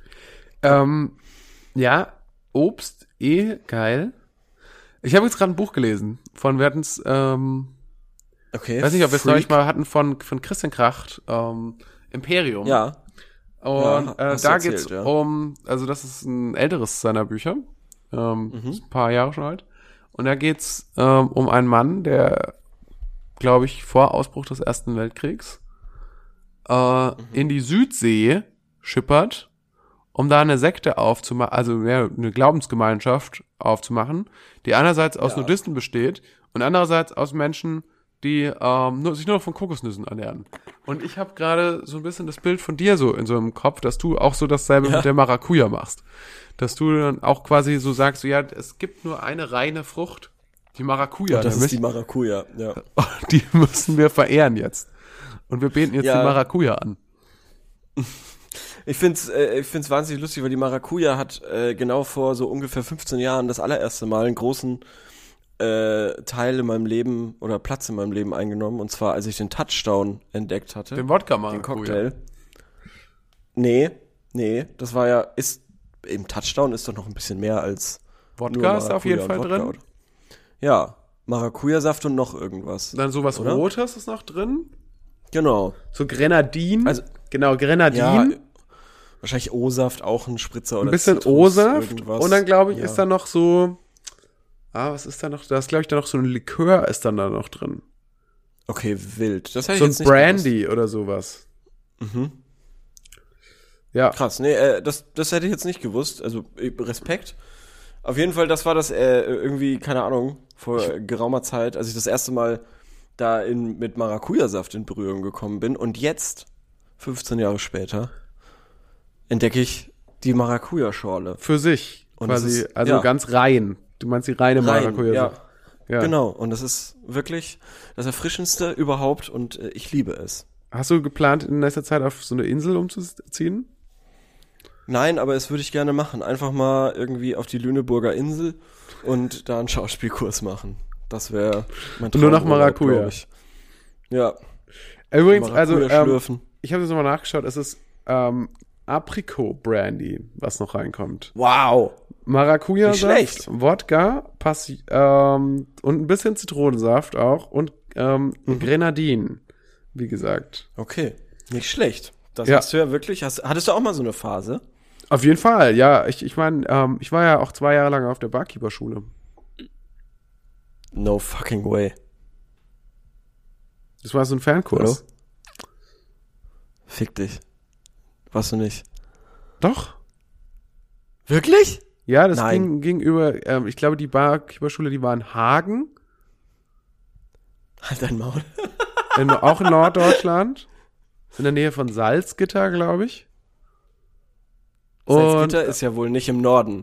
Ja, Obst, geil. Ich habe jetzt gerade ein Buch gelesen wir hatten's, Okay. weiß nicht, ob wir es neulich Freak. mal hatten von Christian Kracht, Imperium. Ja. Und hast du da erzählt, geht's ja. also das ist ein älteres seiner Bücher, ist ein paar Jahre schon alt. Und da geht's um einen Mann, der, glaube ich, vor Ausbruch des Ersten Weltkriegs in die Südsee schippert, um da eine Sekte aufzumachen, also eine Glaubensgemeinschaft aufzumachen, die einerseits aus Nudisten besteht und andererseits aus Menschen, die sich nur von Kokosnüssen ernähren. Und ich habe gerade so ein bisschen das Bild von dir so in so einem Kopf, dass du auch so dasselbe mit der Maracuja machst. Dass du dann auch quasi so sagst, so, ja, es gibt nur eine reine Frucht, die Maracuja. Und das nämlich. ist die Maracuja, ja. Die müssen wir verehren jetzt. Und wir beten jetzt Ja. die Maracuja an. Ich find's wahnsinnig lustig, weil die Maracuja hat genau vor so ungefähr 15 Jahren das allererste Mal einen großen Teil in meinem Leben oder Platz in meinem Leben eingenommen. Und zwar, als ich den Touchdown entdeckt hatte. Den Wodka Den Maracuja. Cocktail. Nee, das war im Touchdown ist doch noch ein bisschen mehr als Wodka ist auf jeden Fall Maracuja und drin. Wodka. Ja, Maracuja-Saft und noch irgendwas. Dann sowas Oder? Rotes ist noch drin. Genau. So Grenadin. Also- genau, Grenadin. Ja, wahrscheinlich O-Saft, auch ein Spritzer oder ein bisschen Zitrus, O-Saft. irgendwas. Und dann, glaube ich, Ja. ist da noch so, was ist da noch? Da ist, glaube ich, da noch so ein Likör ist dann da noch drin. Okay, wild. Das hätte So ich ein jetzt nicht Brandy oder sowas. Ja. gewusst. Krass, nee, das hätte ich jetzt nicht gewusst. Also Respekt. Auf jeden Fall, das war das irgendwie, keine Ahnung, vor geraumer Zeit, als ich das erste Mal da mit Maracuja-Saft in Berührung gekommen bin. Und jetzt, 15 Jahre später, entdecke ich die Maracuja-Schorle. Für sich. Und quasi, es ist- also ja. ganz rein. Du meinst die reine Maracuja. ja. Ja. Genau. Und das ist wirklich das Erfrischendste überhaupt und ich liebe es. Hast du geplant, in nächster Zeit auf so eine Insel umzuziehen? Nein, aber es würde ich gerne machen. Einfach mal irgendwie auf die Lüneburger Insel und da einen Schauspielkurs machen. Das wäre mein Und nur nach Traumurlaub, Maracuja. glaub ich. Ja, Übrigens, also, Maracuja schlürfen. ich habe das nochmal nachgeschaut, es ist Aprikot Brandy, was noch reinkommt. Wow. Maracuja-Saft, Nicht schlecht. Wodka, und ein bisschen Zitronensaft auch und Grenadin, wie gesagt. Okay, nicht schlecht. Das Ja. hast du ja wirklich. Hattest du auch mal so eine Phase? Auf jeden Fall, ja. Ich meine, ich war ja auch 2 Jahre lang auf der Barkeeper-Schule. No fucking way. Das war so ein Fernkurs. Hallo? Fick dich. Warst du nicht? Doch. Wirklich? Ja, das Nein. ging über, ich glaube, die Barkeeper-Schule, die war in Hagen, Halt dein Maul. auch in Norddeutschland. In der Nähe von Salzgitter, glaube ich. Salzgitter ist ja wohl nicht im Norden.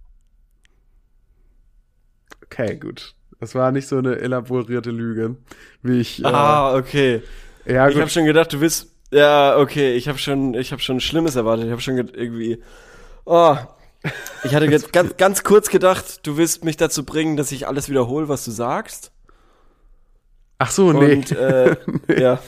Okay, gut. Das war nicht so eine elaborierte Lüge, wie ich. Okay. Ja, Ich gut. habe schon gedacht, du willst. Ja, okay. Ich habe schon Schlimmes erwartet. Ich habe schon irgendwie. Oh, Ich hatte jetzt ganz kurz gedacht, du willst mich dazu bringen, dass ich alles wiederhole, was du sagst. Ach so, nee. Und, ja.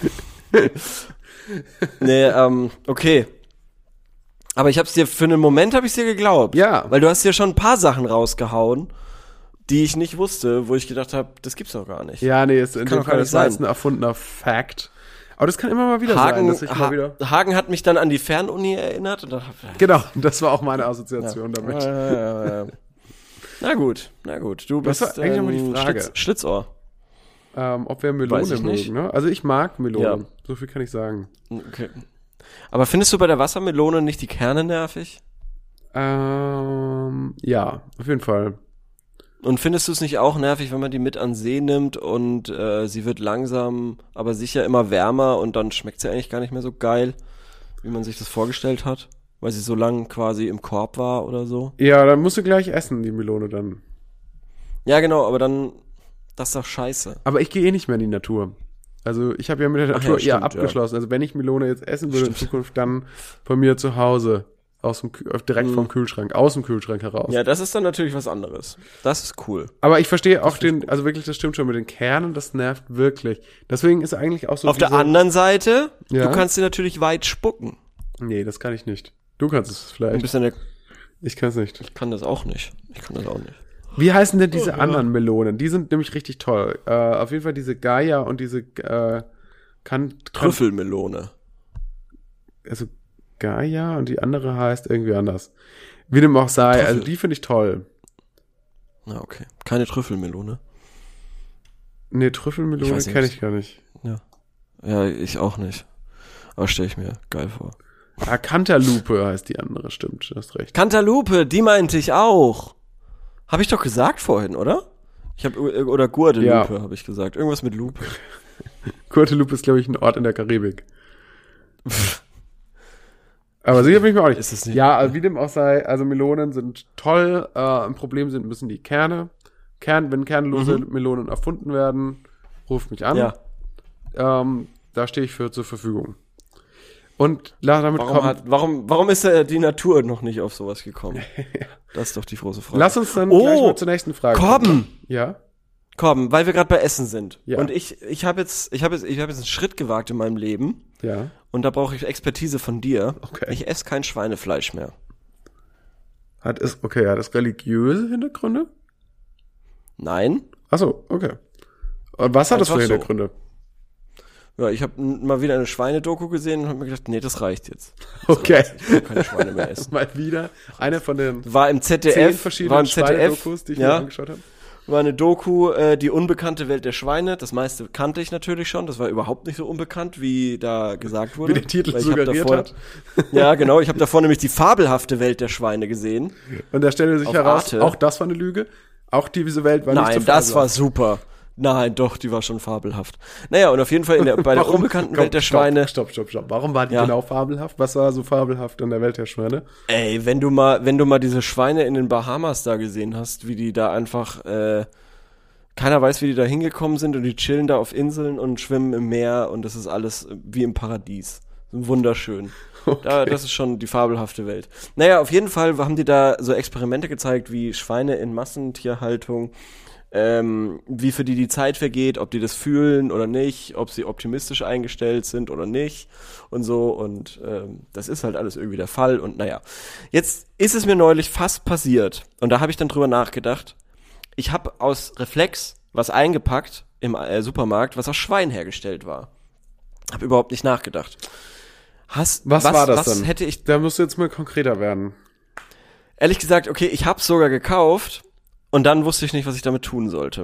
Nee, okay. Aber für einen Moment habe ich dir geglaubt. Ja. Weil du hast dir schon ein paar Sachen rausgehauen, die ich nicht wusste, wo ich gedacht habe, das gibt's doch gar nicht. Ja, nee, in dem doch gar Fall, nicht das war sein. jetzt ein erfundener Fact. Aber das kann immer mal wieder sein, dass ich mal wieder... Hagen hat mich dann an die Fernuni erinnert. Und Genau, das war auch meine Assoziation damit. Na gut. Du Das bist war eigentlich nochmal die Frage. Schlitzohr. Ob wir Weiß Melone ich nicht. mögen, ne? Also ich mag Melone, Ja. so viel kann ich sagen. Okay. Aber findest du bei der Wassermelone nicht die Kerne nervig? Ja, auf jeden Fall. Und findest du es nicht auch nervig, wenn man die mit an See nimmt und sie wird langsam, aber sicher immer wärmer und dann schmeckt sie eigentlich gar nicht mehr so geil, wie man sich das vorgestellt hat? Weil sie so lang quasi im Korb war oder so? Ja, dann musst du gleich essen, die Melone dann. Ja, genau, aber dann, das ist doch scheiße. Aber ich gehe eh nicht mehr in die Natur. Also ich habe ja mit der Ach ja, Natur eher stimmt, abgeschlossen. Also wenn ich Melone jetzt essen würde in Zukunft, dann bei mir zu Hause. Direkt vom Kühlschrank, aus dem Kühlschrank heraus. Ja, das ist dann natürlich was anderes. Das ist cool. Aber ich verstehe auch also wirklich, das stimmt schon mit den Kernen, das nervt wirklich. Deswegen ist eigentlich auch so Auf der anderen Seite, Ja? du kannst dir natürlich weit spucken. Nee, das kann ich nicht. Du kannst es Du vielleicht. bist ja Ich kann es nicht. Ich kann das auch nicht. Wie heißen denn diese anderen Melonen? Die sind nämlich richtig toll. Auf jeden Fall diese Gaia und diese Trüffelmelone. Also Gaia und die andere heißt irgendwie anders. Wie dem auch sei, Trüffel. also die finde ich toll. Na, okay. Keine Trüffelmelone. Nee, Ich Trüffelmelone weiß nicht, kenne was- ich gar nicht. Ja, ich auch nicht. Aber stelle ich mir geil vor. Ah, Cantaloupe heißt die andere, stimmt, du hast recht. Cantaloupe, die meinte ich auch. Habe ich doch gesagt vorhin, oder? Oder Guadeloupe, Ja. habe ich gesagt. Irgendwas mit Lupe. Guadeloupe ist, glaube ich, ein Ort in der Karibik. Aber sicher bin ich mir auch nicht. Ist es nicht? Ja, also wie dem auch sei, also Melonen sind toll. Ein Problem sind müssen die Kerne. Wenn kernlose Melonen erfunden werden, ruft mich an. Ja. Da stehe ich für zur Verfügung. Und damit kommt. Warum ist die Natur noch nicht auf sowas gekommen? Das ist doch die große Frage. Lass uns dann gleich mal zur nächsten Frage Korben! kommen. Ja. Korben, weil wir gerade bei Essen sind. Ja. Und ich habe jetzt einen Schritt gewagt in meinem Leben. Ja. Und da brauche ich Expertise von dir. Okay. Ich esse kein Schweinefleisch mehr. Hat es religiöse Hintergründe? Nein. Ach so, okay. Und was hat das für Einfach so. Hintergründe? Ja, ich habe mal wieder eine Schweinedoku gesehen und habe mir gedacht, nee, das reicht jetzt. Okay. Ich will keine Schweine mehr essen. Mal wieder eine von den War im 10 ZDF, verschiedenen Schweinedokus, die ich mir angeschaut habe. war eine Doku, die unbekannte Welt der Schweine. Das meiste kannte ich natürlich schon. Das war überhaupt nicht so unbekannt, wie da gesagt wurde. Wie der Titel Weil ich hab suggeriert hat. Ja, genau. Ich habe davor nämlich die fabelhafte Welt der Schweine gesehen. Und da stellte sich Auf heraus, Arte. auch das war eine Lüge. Auch diese Welt war nicht Nein, so das war fabelhaft. super. Nein, doch, die war schon fabelhaft. Naja, und auf jeden Fall bei der unbekannten Welt der Schweine. Stopp. Warum war die Ja. genau fabelhaft? Was war so fabelhaft an der Welt der Schweine? Ey, wenn du mal diese Schweine in den Bahamas da gesehen hast, wie die da einfach, keiner weiß, wie die da hingekommen sind und die chillen da auf Inseln und schwimmen im Meer und das ist alles wie im Paradies. Wunderschön. Das ist schon die fabelhafte Welt. Naja, auf jeden Fall haben die da so Experimente gezeigt, wie Schweine in Massentierhaltung, wie für die Zeit vergeht, ob die das fühlen oder nicht, ob sie optimistisch eingestellt sind oder nicht und so und das ist halt alles irgendwie der Fall und naja. Jetzt ist es mir neulich fast passiert und da habe ich dann drüber nachgedacht, ich habe aus Reflex was eingepackt im Supermarkt, was aus Schwein hergestellt war. Habe überhaupt nicht nachgedacht. Was war das was dann? Hätte ich, Da musst du jetzt mal konkreter werden. ehrlich gesagt, okay, ich hab's sogar gekauft und dann wusste ich nicht, was ich damit tun sollte.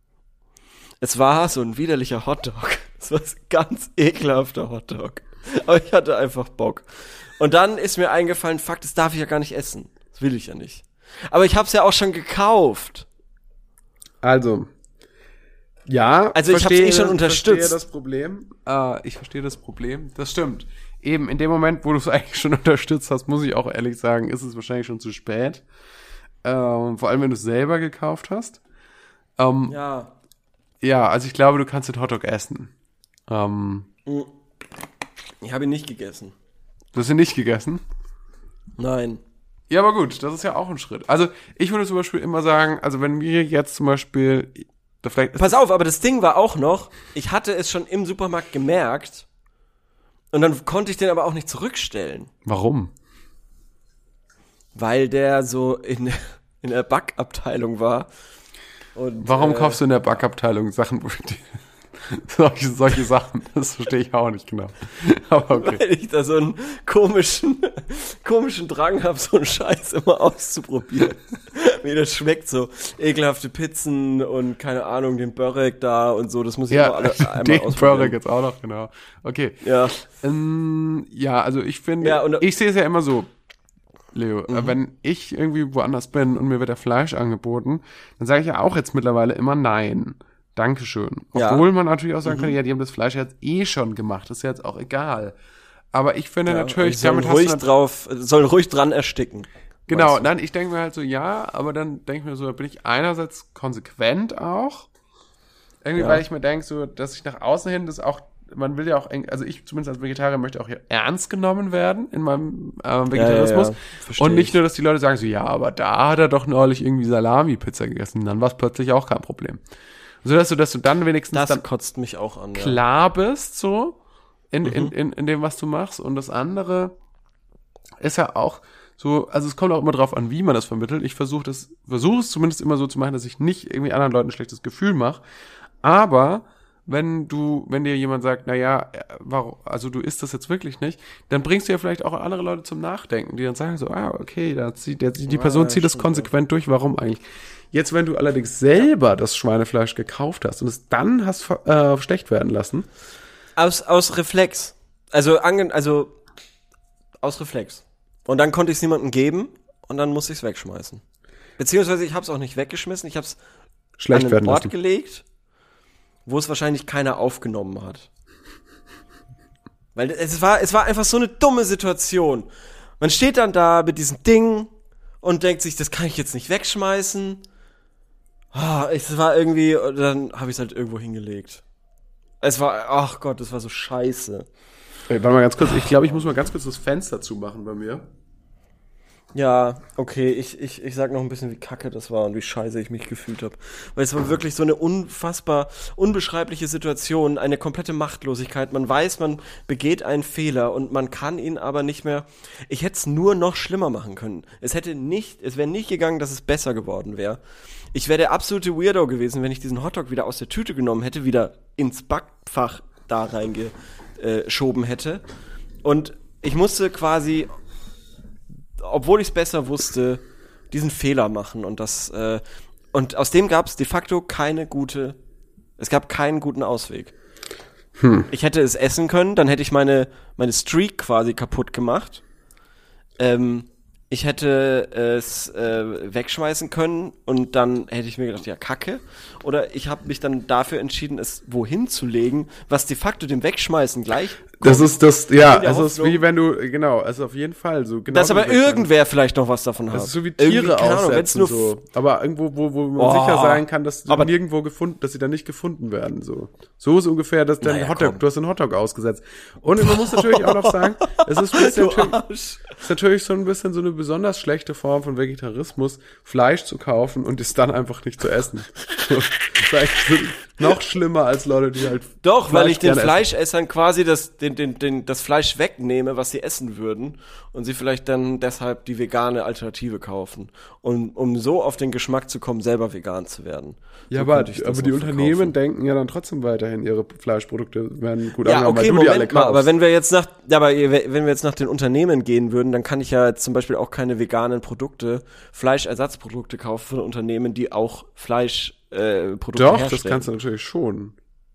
Es war so ein widerlicher Hotdog. Es war ein ganz ekelhafter Hotdog. Aber ich hatte einfach Bock. Und dann ist mir eingefallen, fuck, das darf ich ja gar nicht essen. Das will ich ja nicht. Aber ich hab's ja auch schon gekauft. Also, ja. Also ich hab's eh schon unterstützt. Ich verstehe das Problem. Das stimmt. Eben, in dem Moment, wo du es eigentlich schon unterstützt hast, muss ich auch ehrlich sagen, ist es wahrscheinlich schon zu spät. Vor allem, wenn du es selber gekauft hast. Ja. Ja, also ich glaube, du kannst den Hotdog essen. Ich habe ihn nicht gegessen. Du hast ihn nicht gegessen? Nein. Ja, aber gut, das ist ja auch ein Schritt. Also ich würde zum Beispiel immer sagen, also wenn wir jetzt zum Beispiel, Pass auf, aber das Ding war auch noch, ich hatte es schon im Supermarkt gemerkt und dann konnte ich den aber auch nicht zurückstellen. Warum? Weil der so in der Backabteilung war. Und, Warum kaufst du in der Backabteilung Sachen, wo die solche Sachen? Das verstehe ich auch nicht genau. Aber okay. Weil ich da so einen komischen Drang habe, so einen Scheiß immer auszuprobieren. Wie das schmeckt, so ekelhafte Pizzen und keine Ahnung, den Börek da und so, das muss ich immer alle einmal den ausprobieren. Börek jetzt auch noch, genau. Okay. Ja. Ja, also ich finde, Ja, und- ich sehe es ja immer so, Leo, wenn ich irgendwie woanders bin und mir wird da Fleisch angeboten, dann sage ich ja auch jetzt mittlerweile immer nein. Dankeschön. Ja. Obwohl man natürlich auch sagen könnte, ja, die haben das Fleisch jetzt eh schon gemacht, ist ja jetzt auch egal. Aber ich finde natürlich, damit hast du sollen ruhig dran ersticken. genau, weißt du? nein, ich denke mir halt so, ja, aber dann denke ich mir so, da bin ich einerseits konsequent auch, irgendwie, Ja. weil ich mir denke, so, dass ich nach außen hin das auch, man will ja auch, also ich zumindest als Vegetarier möchte auch hier ernst genommen werden in meinem Vegetarismus. Ja, versteh und nicht ich. nur, dass die Leute sagen so, ja, aber da hat er doch neulich irgendwie Salami-Pizza gegessen, dann war es plötzlich auch kein Problem. So dass du dann wenigstens Das dann kotzt mich auch an. Ja. klar bist, so, in dem, was du machst. Und das andere ist ja auch so, also es kommt auch immer drauf an, wie man das vermittelt. Ich versuche es zumindest immer so zu machen, dass ich nicht irgendwie anderen Leuten ein schlechtes Gefühl mache. Aber wenn dir jemand sagt, naja, warum, also du isst das jetzt wirklich nicht, dann bringst du ja vielleicht auch andere Leute zum Nachdenken, die dann sagen so, okay, die Person zieht das stimmt, konsequent durch, warum eigentlich? Jetzt, wenn du allerdings selber das Schweinefleisch gekauft hast und es dann hast schlecht werden lassen. Aus Reflex. Also aus Reflex. Und dann konnte ich es niemandem geben und dann musste ich es wegschmeißen. Beziehungsweise ich habe es auch nicht weggeschmissen, ich habe es Schlecht an werden einen Ort lassen. gelegt, wo es wahrscheinlich keiner aufgenommen hat. Weil es war einfach so eine dumme Situation. Man steht dann da mit diesem Ding und denkt sich, das kann ich jetzt nicht wegschmeißen. Es war irgendwie, dann habe ich es halt irgendwo hingelegt. Es war, ach Gott, das war so scheiße. Warte mal ganz kurz, ich glaube, ich muss mal ganz kurz das Fenster zumachen bei mir. Ja, okay, ich sag noch ein bisschen, wie kacke das war und wie scheiße ich mich gefühlt habe. Weil es war wirklich so eine unfassbar unbeschreibliche Situation, eine komplette Machtlosigkeit. Man weiß, man begeht einen Fehler und man kann ihn aber nicht mehr. Ich hätte es nur noch schlimmer machen können. Es wäre nicht gegangen, dass es besser geworden wäre. Ich wäre der absolute Weirdo gewesen, wenn ich diesen Hotdog wieder aus der Tüte genommen hätte, wieder ins Backfach da reingeschoben hätte. Und ich musste quasi, obwohl ich es besser wusste, diesen Fehler machen und und aus dem gab es de facto es gab keinen guten Ausweg. Ich hätte es essen können, dann hätte ich meine Streak quasi kaputt gemacht. Ich hätte es wegschmeißen können und dann hätte ich mir gedacht, ja, Kacke. Oder ich habe mich dann dafür entschieden, es wohin zu legen, was de facto dem Wegschmeißen gleich Das ist das, ja, In der also es ist Hoffnung- wie wenn du, genau, also auf jeden Fall so genau. dass aber wie wegschmeißen. irgendwer vielleicht noch was davon hat. Das ist so wie Irgendwie, Tiere keine Ahnung, wenn's aussetzen, nur so. Aber irgendwo, wo man Oh, sicher sein kann, dass aber- dass sie dann nicht gefunden werden, so. So ist ungefähr, dass dein Naja, Hotdog, komm. du hast den Hotdog ausgesetzt. Und man muss natürlich auch noch sagen, es ist, ein bisschen, Du Arsch. ist natürlich so ein bisschen so eine besonders schlechte Form von Vegetarismus, Fleisch zu kaufen und es dann einfach nicht zu essen. So, das ist eigentlich so noch schlimmer als Leute, die halt Doch, weil ich den gerne essen. Fleischessern quasi das Fleisch wegnehme, was sie essen würden und sie vielleicht dann deshalb die vegane Alternative kaufen. Und um so auf den Geschmack zu kommen, selber vegan zu werden. Ja, So aber könnte ich das die auch Unternehmen verkaufen. denken ja dann trotzdem weiterhin, ihre Fleischprodukte werden gut Ja, angenommen, okay, weil du die alle Moment mal, kaufst. aber wenn wir jetzt nach den Unternehmen gehen würden, dann kann ich ja jetzt zum Beispiel auch keine veganen Produkte, Fleischersatzprodukte kaufen von Unternehmen, die auch Fleischprodukte Doch, herstellen. das kannst du natürlich schon.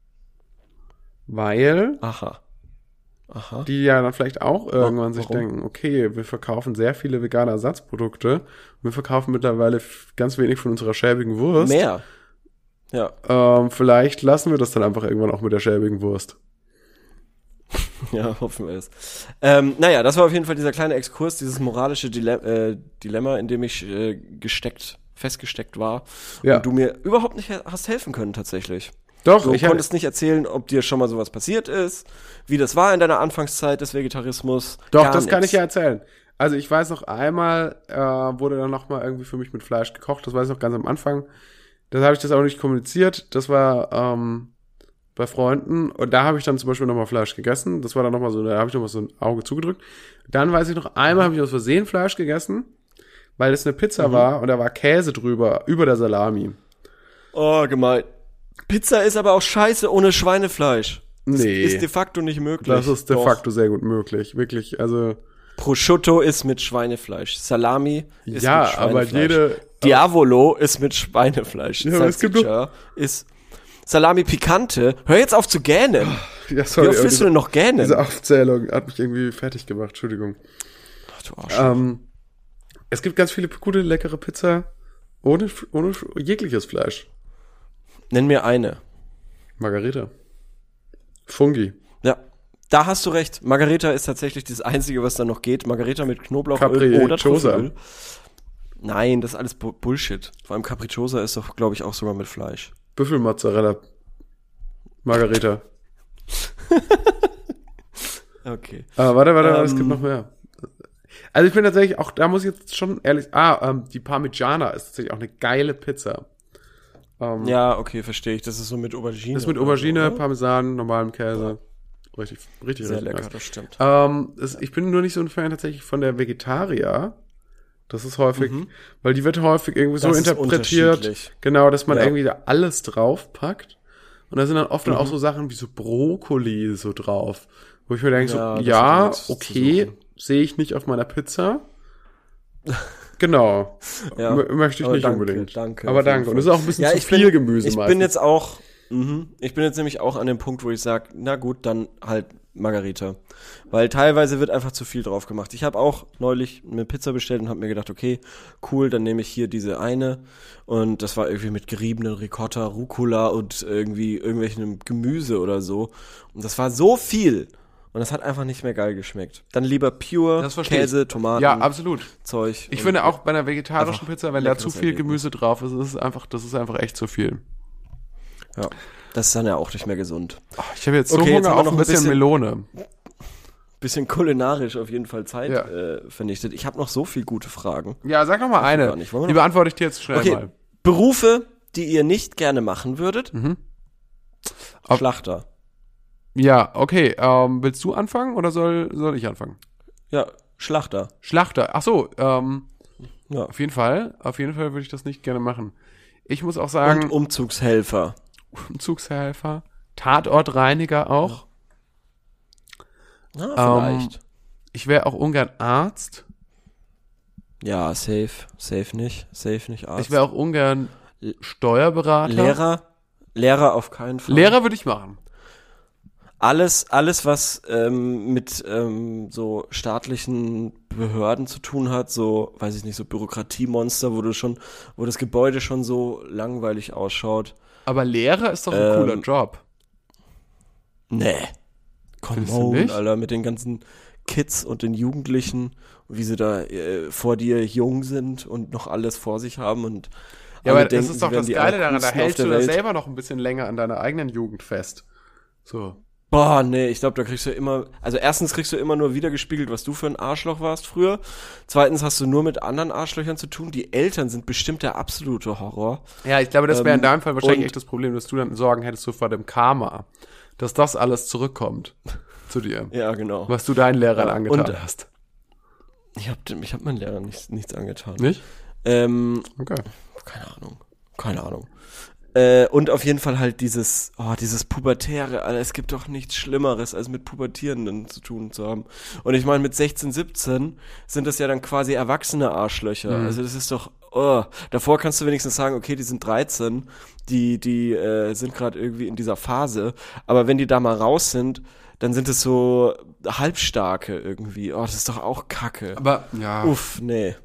Weil Aha. die ja dann vielleicht auch irgendwann sich warum? denken, okay, wir verkaufen sehr viele vegane Ersatzprodukte und wir verkaufen mittlerweile ganz wenig von unserer schäbigen Wurst. Mehr. Ja. Vielleicht lassen wir das dann einfach irgendwann auch mit der schäbigen Wurst. Ja, hoffen wir es. Naja, das war auf jeden Fall dieser kleine Exkurs, dieses moralische Dilemma, in dem ich festgesteckt war. Ja. Und du mir überhaupt nicht hast helfen können, tatsächlich. Doch, Du ich konntest nicht erzählen, ob dir schon mal sowas passiert ist, wie das war in deiner Anfangszeit des Vegetarismus. Doch, Gar das kann nix. ich ja erzählen. Also ich weiß noch einmal, wurde dann nochmal irgendwie für mich mit Fleisch gekocht. Das weiß ich noch ganz am Anfang. Das habe ich das auch nicht kommuniziert. Das war bei Freunden. Und da habe ich dann zum Beispiel nochmal Fleisch gegessen. Das war dann nochmal so, da habe ich nochmal so ein Auge zugedrückt. Dann weiß ich noch, einmal habe ich aus Versehen Fleisch gegessen, weil es eine Pizza war und da war Käse drüber, über der Salami. Oh, gemein. Pizza ist aber auch scheiße ohne Schweinefleisch. Nee. Ist de facto nicht möglich. Das ist de Doch. facto sehr gut möglich. Wirklich, also... Prosciutto ist mit Schweinefleisch. Salami ist Ja, mit Schweinefleisch. aber jede... Diavolo ist mit Schweinefleisch. Ja, aber es gibt Salsiccia ist Salami Picante. Hör jetzt auf zu gähnen. Ja, sorry, Wie oft willst du denn noch gähnen? Diese Aufzählung hat mich irgendwie fertig gemacht. Entschuldigung. Ach, du Arsch. Es gibt ganz viele gute, leckere Pizza ohne jegliches Fleisch. Nenn mir eine. Margarita. Fungi. Ja, da hast du recht. Margarita ist tatsächlich das Einzige, was da noch geht. Margarita mit Knoblauchöl oder Capricciosa. Trüffelöl. Nein, das ist alles Bullshit. Vor allem Capricciosa ist doch, glaube ich, auch sogar mit Fleisch. Büffelmozzarella. Margarita. Okay. Warte, es gibt noch mehr. Also ich bin tatsächlich auch, da muss ich jetzt schon ehrlich, die Parmigiana ist tatsächlich auch eine geile Pizza. Ja, okay, verstehe ich. Das ist so mit Aubergine. Das ist mit Aubergine, oder? Parmesan, normalem Käse. Richtig Sehr lecker, nice. das stimmt. Ich bin nur nicht so ein Fan tatsächlich von der Vegetarier. Das ist häufig, weil die wird häufig irgendwie so Das ist interpretiert, unterschiedlich. genau, dass man Ja. irgendwie da alles draufpackt. Und da sind dann oft dann auch so Sachen wie so Brokkoli so drauf. Wo ich mir denke, Ja, so, das ja, hat nichts zu okay, suchen. sehe ich nicht auf meiner Pizza. Genau. Ja. Möchte ich Aber nicht danke, unbedingt. danke, Aber auf jeden danke. Und Fall. es ist auch ein bisschen Ja, zu ich viel bin- Gemüse Ich meistens. bin jetzt auch, ich bin jetzt nämlich auch an dem Punkt, wo ich sage, na gut, dann halt Margarita. Weil teilweise wird einfach zu viel drauf gemacht. Ich habe auch neulich eine Pizza bestellt und habe mir gedacht, okay, cool, dann nehme ich hier diese eine. Und das war irgendwie mit geriebenen Ricotta, Rucola und irgendwie irgendwelchen Gemüse oder so. Und das war so viel. Und das hat einfach nicht mehr geil geschmeckt. Dann lieber pure Das verstehe ich. Käse, Tomaten, Ja, absolut. Zeug. Ich Und- finde auch bei einer vegetarischen Einfach Pizza, wenn da zu leckeres viel Erlebnis. Gemüse drauf ist, das ist einfach echt zu viel. Ja, das ist dann ja auch nicht mehr gesund. Ich habe jetzt so Okay, jetzt Hunger haben wir auf noch ein ein bisschen bisschen- Melone. Bisschen kulinarisch auf jeden Fall Zeit Ja. vernichtet. Ich habe noch so viel gute Fragen. Ja, sag noch mal eine. gar nicht. Wollen wir Die noch- beantworte ich dir jetzt schnell Okay, mal. Berufe, die ihr nicht gerne machen würdet. Ob- Schlachter. Ja, okay. Willst du anfangen oder soll ich anfangen? Ja, Schlachter. Schlachter. Ach so, Ja. auf jeden Fall. Auf jeden Fall würde ich das nicht gerne machen. Ich muss auch sagen, Und Umzugshelfer. Umzugshelfer, Tatortreiniger auch. Ja, vielleicht. Ich wäre auch ungern Arzt. Ja, safe nicht. Safe nicht Arzt. Ich wäre auch ungern Steuerberater. Lehrer auf keinen Fall. Lehrer würde ich machen. Alles, was mit so staatlichen Behörden zu tun hat, so, weiß ich nicht, so Bürokratiemonster, wo das Gebäude schon so langweilig ausschaut. Aber Lehrer ist doch ein cooler Job. Nee. Come Findest du on, nicht? Alter, mit den ganzen Kids und den Jugendlichen, wie sie da vor dir jung sind und noch alles vor sich haben und Ja, alle aber denken, das ist doch sie wären das die Geile daran, da Allercoolsten auf hältst der du da Welt. selber noch ein bisschen länger an deiner eigenen Jugend fest. So. Boah, nee, ich glaube, da kriegst du immer, also erstens kriegst du immer nur wiedergespiegelt, was du für ein Arschloch warst früher. Zweitens hast du nur mit anderen Arschlöchern zu tun. Die Eltern sind bestimmt der absolute Horror. Ja, ich glaube, das wäre in deinem Fall wahrscheinlich und- echt das Problem, dass du dann Sorgen hättest so vor dem Karma, dass das alles zurückkommt zu dir, Ja, genau. was du deinen Lehrern Ja, angetan und- hast. Ich hab meinen Lehrern nichts angetan. Nicht? Okay. Keine Ahnung. Und auf jeden Fall halt dieses Pubertäre, Alter, es gibt doch nichts Schlimmeres, als mit Pubertierenden zu tun zu haben. Und ich meine, mit 16, 17 sind das ja dann quasi erwachsene Arschlöcher. Also das ist doch, davor kannst du wenigstens sagen, okay, die sind 13, die sind gerade irgendwie in dieser Phase, aber wenn die da mal raus sind, dann sind es so Halbstarke irgendwie. Oh, das ist doch auch Kacke. Aber, ja. Uff, nee.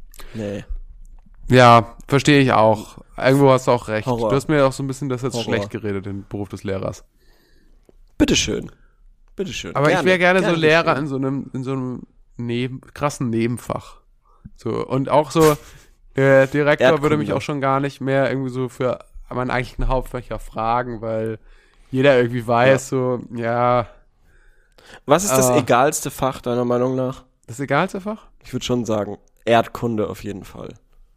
Ja, verstehe ich auch. Irgendwo hast du auch recht. Horror. Du hast mir auch so ein bisschen das jetzt Horror. schlecht geredet, den Beruf des Lehrers. Bitteschön. Aber ich wäre gerne so Lehrer bitteschön. in so einem krassen Nebenfach. So, und auch so, der Direktor Erdkunde. würde mich auch schon gar nicht mehr irgendwie so für meinen eigentlichen Hauptfächer fragen, weil jeder irgendwie weiß, so, ja, Was ist das egalste Fach deiner Meinung nach? Das egalste Fach? Ich würde schon sagen, Erdkunde auf jeden Fall.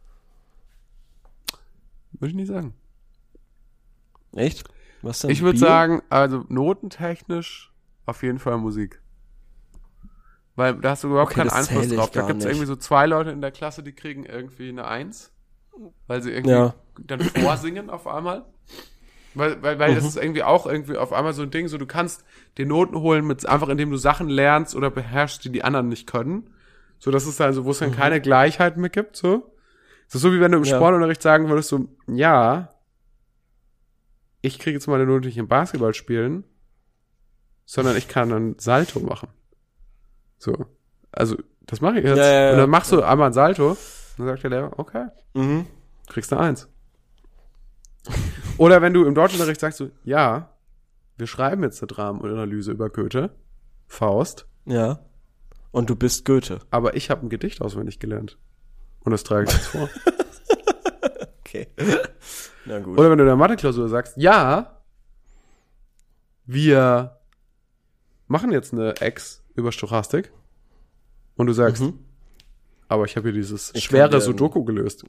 Würde ich nicht sagen. Echt? Was denn? Ich würde Bio? sagen, also notentechnisch auf jeden Fall Musik. Weil da hast du überhaupt Okay, keinen das Einfluss zähle ich drauf. Da gar gibt's nicht. irgendwie so 2 Leute in der Klasse, die kriegen irgendwie eine 1. Weil sie irgendwie Ja. dann vorsingen auf einmal. Weil das ist irgendwie auch irgendwie auf einmal so ein Ding, so du kannst dir Noten holen, einfach indem du Sachen lernst oder beherrschst, die anderen nicht können. So, das ist dann so, wo es dann keine Gleichheit mehr gibt, so. Das ist so, wie wenn du im Ja. Sportunterricht sagen würdest, so, ja, ich kriege jetzt meine Note nicht im Basketball spielen, sondern ich kann einen Salto machen. So. Also, das mache ich jetzt. Ja. Und dann machst du einmal ein Salto, dann sagt der Lehrer, okay, Mhm. kriegst eine 1. Oder wenn du im Deutschunterricht sagst, so, ja, wir schreiben jetzt eine Dramenanalyse über Goethe, Faust, Ja. Und du bist Goethe. aber ich habe ein Gedicht auswendig gelernt. Und das trage ich jetzt vor. Okay. Na gut. Oder wenn du in der Mathe-Klausur sagst, ja, wir machen jetzt eine Ex über Stochastik. Und du sagst, aber ich habe hier dieses Ich schwere kann dir Sudoku gelöst.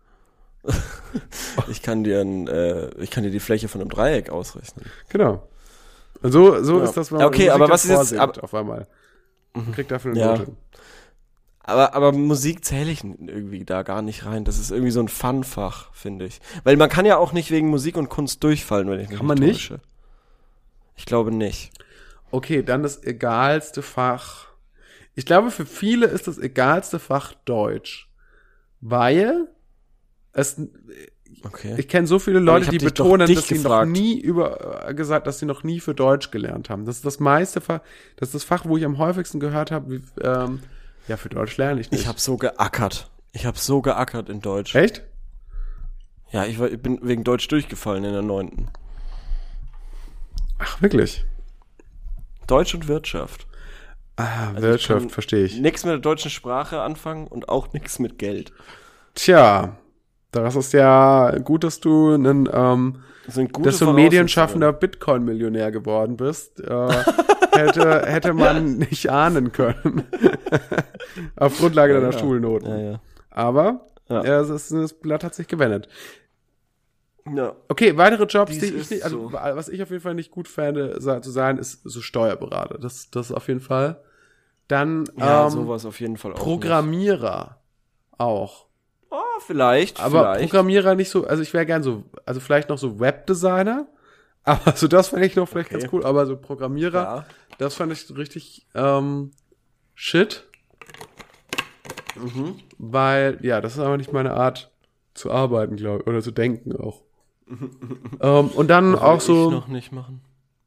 Ich kann dir die Fläche von einem Dreieck ausrechnen. Genau. Und so Ja. ist das, wenn man Okay, Musik aber dann was ist jetzt- vorsingt auf einmal. Kriegt dafür eine Ja. Note. Aber Musik zähle ich irgendwie da gar nicht rein. Das ist irgendwie so ein Fun-Fach, finde ich. Weil man kann ja auch nicht wegen Musik und Kunst durchfallen, wenn ich mich Kann man nicht? täusche. Ich glaube nicht. Okay, dann das egalste Fach. Ich glaube, für viele ist das egalste Fach Deutsch. Weil Okay. ich kenne so viele Aber Leute, ich hab die dich doch betonen, dich dass sie gefragt. noch nie gesagt, dass sie noch nie für Deutsch gelernt haben. Das ist das meiste Fach, das ist das Fach, wo ich am häufigsten gehört habe, ja, für Deutsch lerne ich nicht. Ich habe so geackert. Ich habe so geackert in Deutsch. Echt? Ja, ich bin wegen Deutsch durchgefallen in der 9. Ach, wirklich? Deutsch und Wirtschaft. Ah, ich Wirtschaft, kann verstehe ich. Nix mit der deutschen Sprache anfangen und auch nix mit Geld. Tja, das ist ja gut, dass du ein Das sind gute dass du Voraussetzungen. medienschaffender Bitcoin-Millionär geworden bist, hätte man nicht ahnen können. Auf Grundlage deiner Ja. Schulnoten. Ja. Aber Ja. das Blatt hat sich gewendet. Ja. Okay, weitere Jobs, Dies die ich ist nicht, also so. was ich auf jeden Fall nicht gut fände, zu sein, ist so Steuerberater. Das auf jeden Fall. Dann Ja, sowas auf jeden Fall auch. Programmierer auch. Nicht. Oh, vielleicht. Aber Programmierer nicht so, also ich wäre gern so, also vielleicht noch so Webdesigner, aber so das fände ich noch vielleicht Okay. ganz cool, aber so Programmierer, Ja. das fand ich so richtig shit. Weil, ja, das ist aber nicht meine Art zu arbeiten, glaube ich, oder zu denken auch. Und dann Würde auch ich so, noch nicht machen.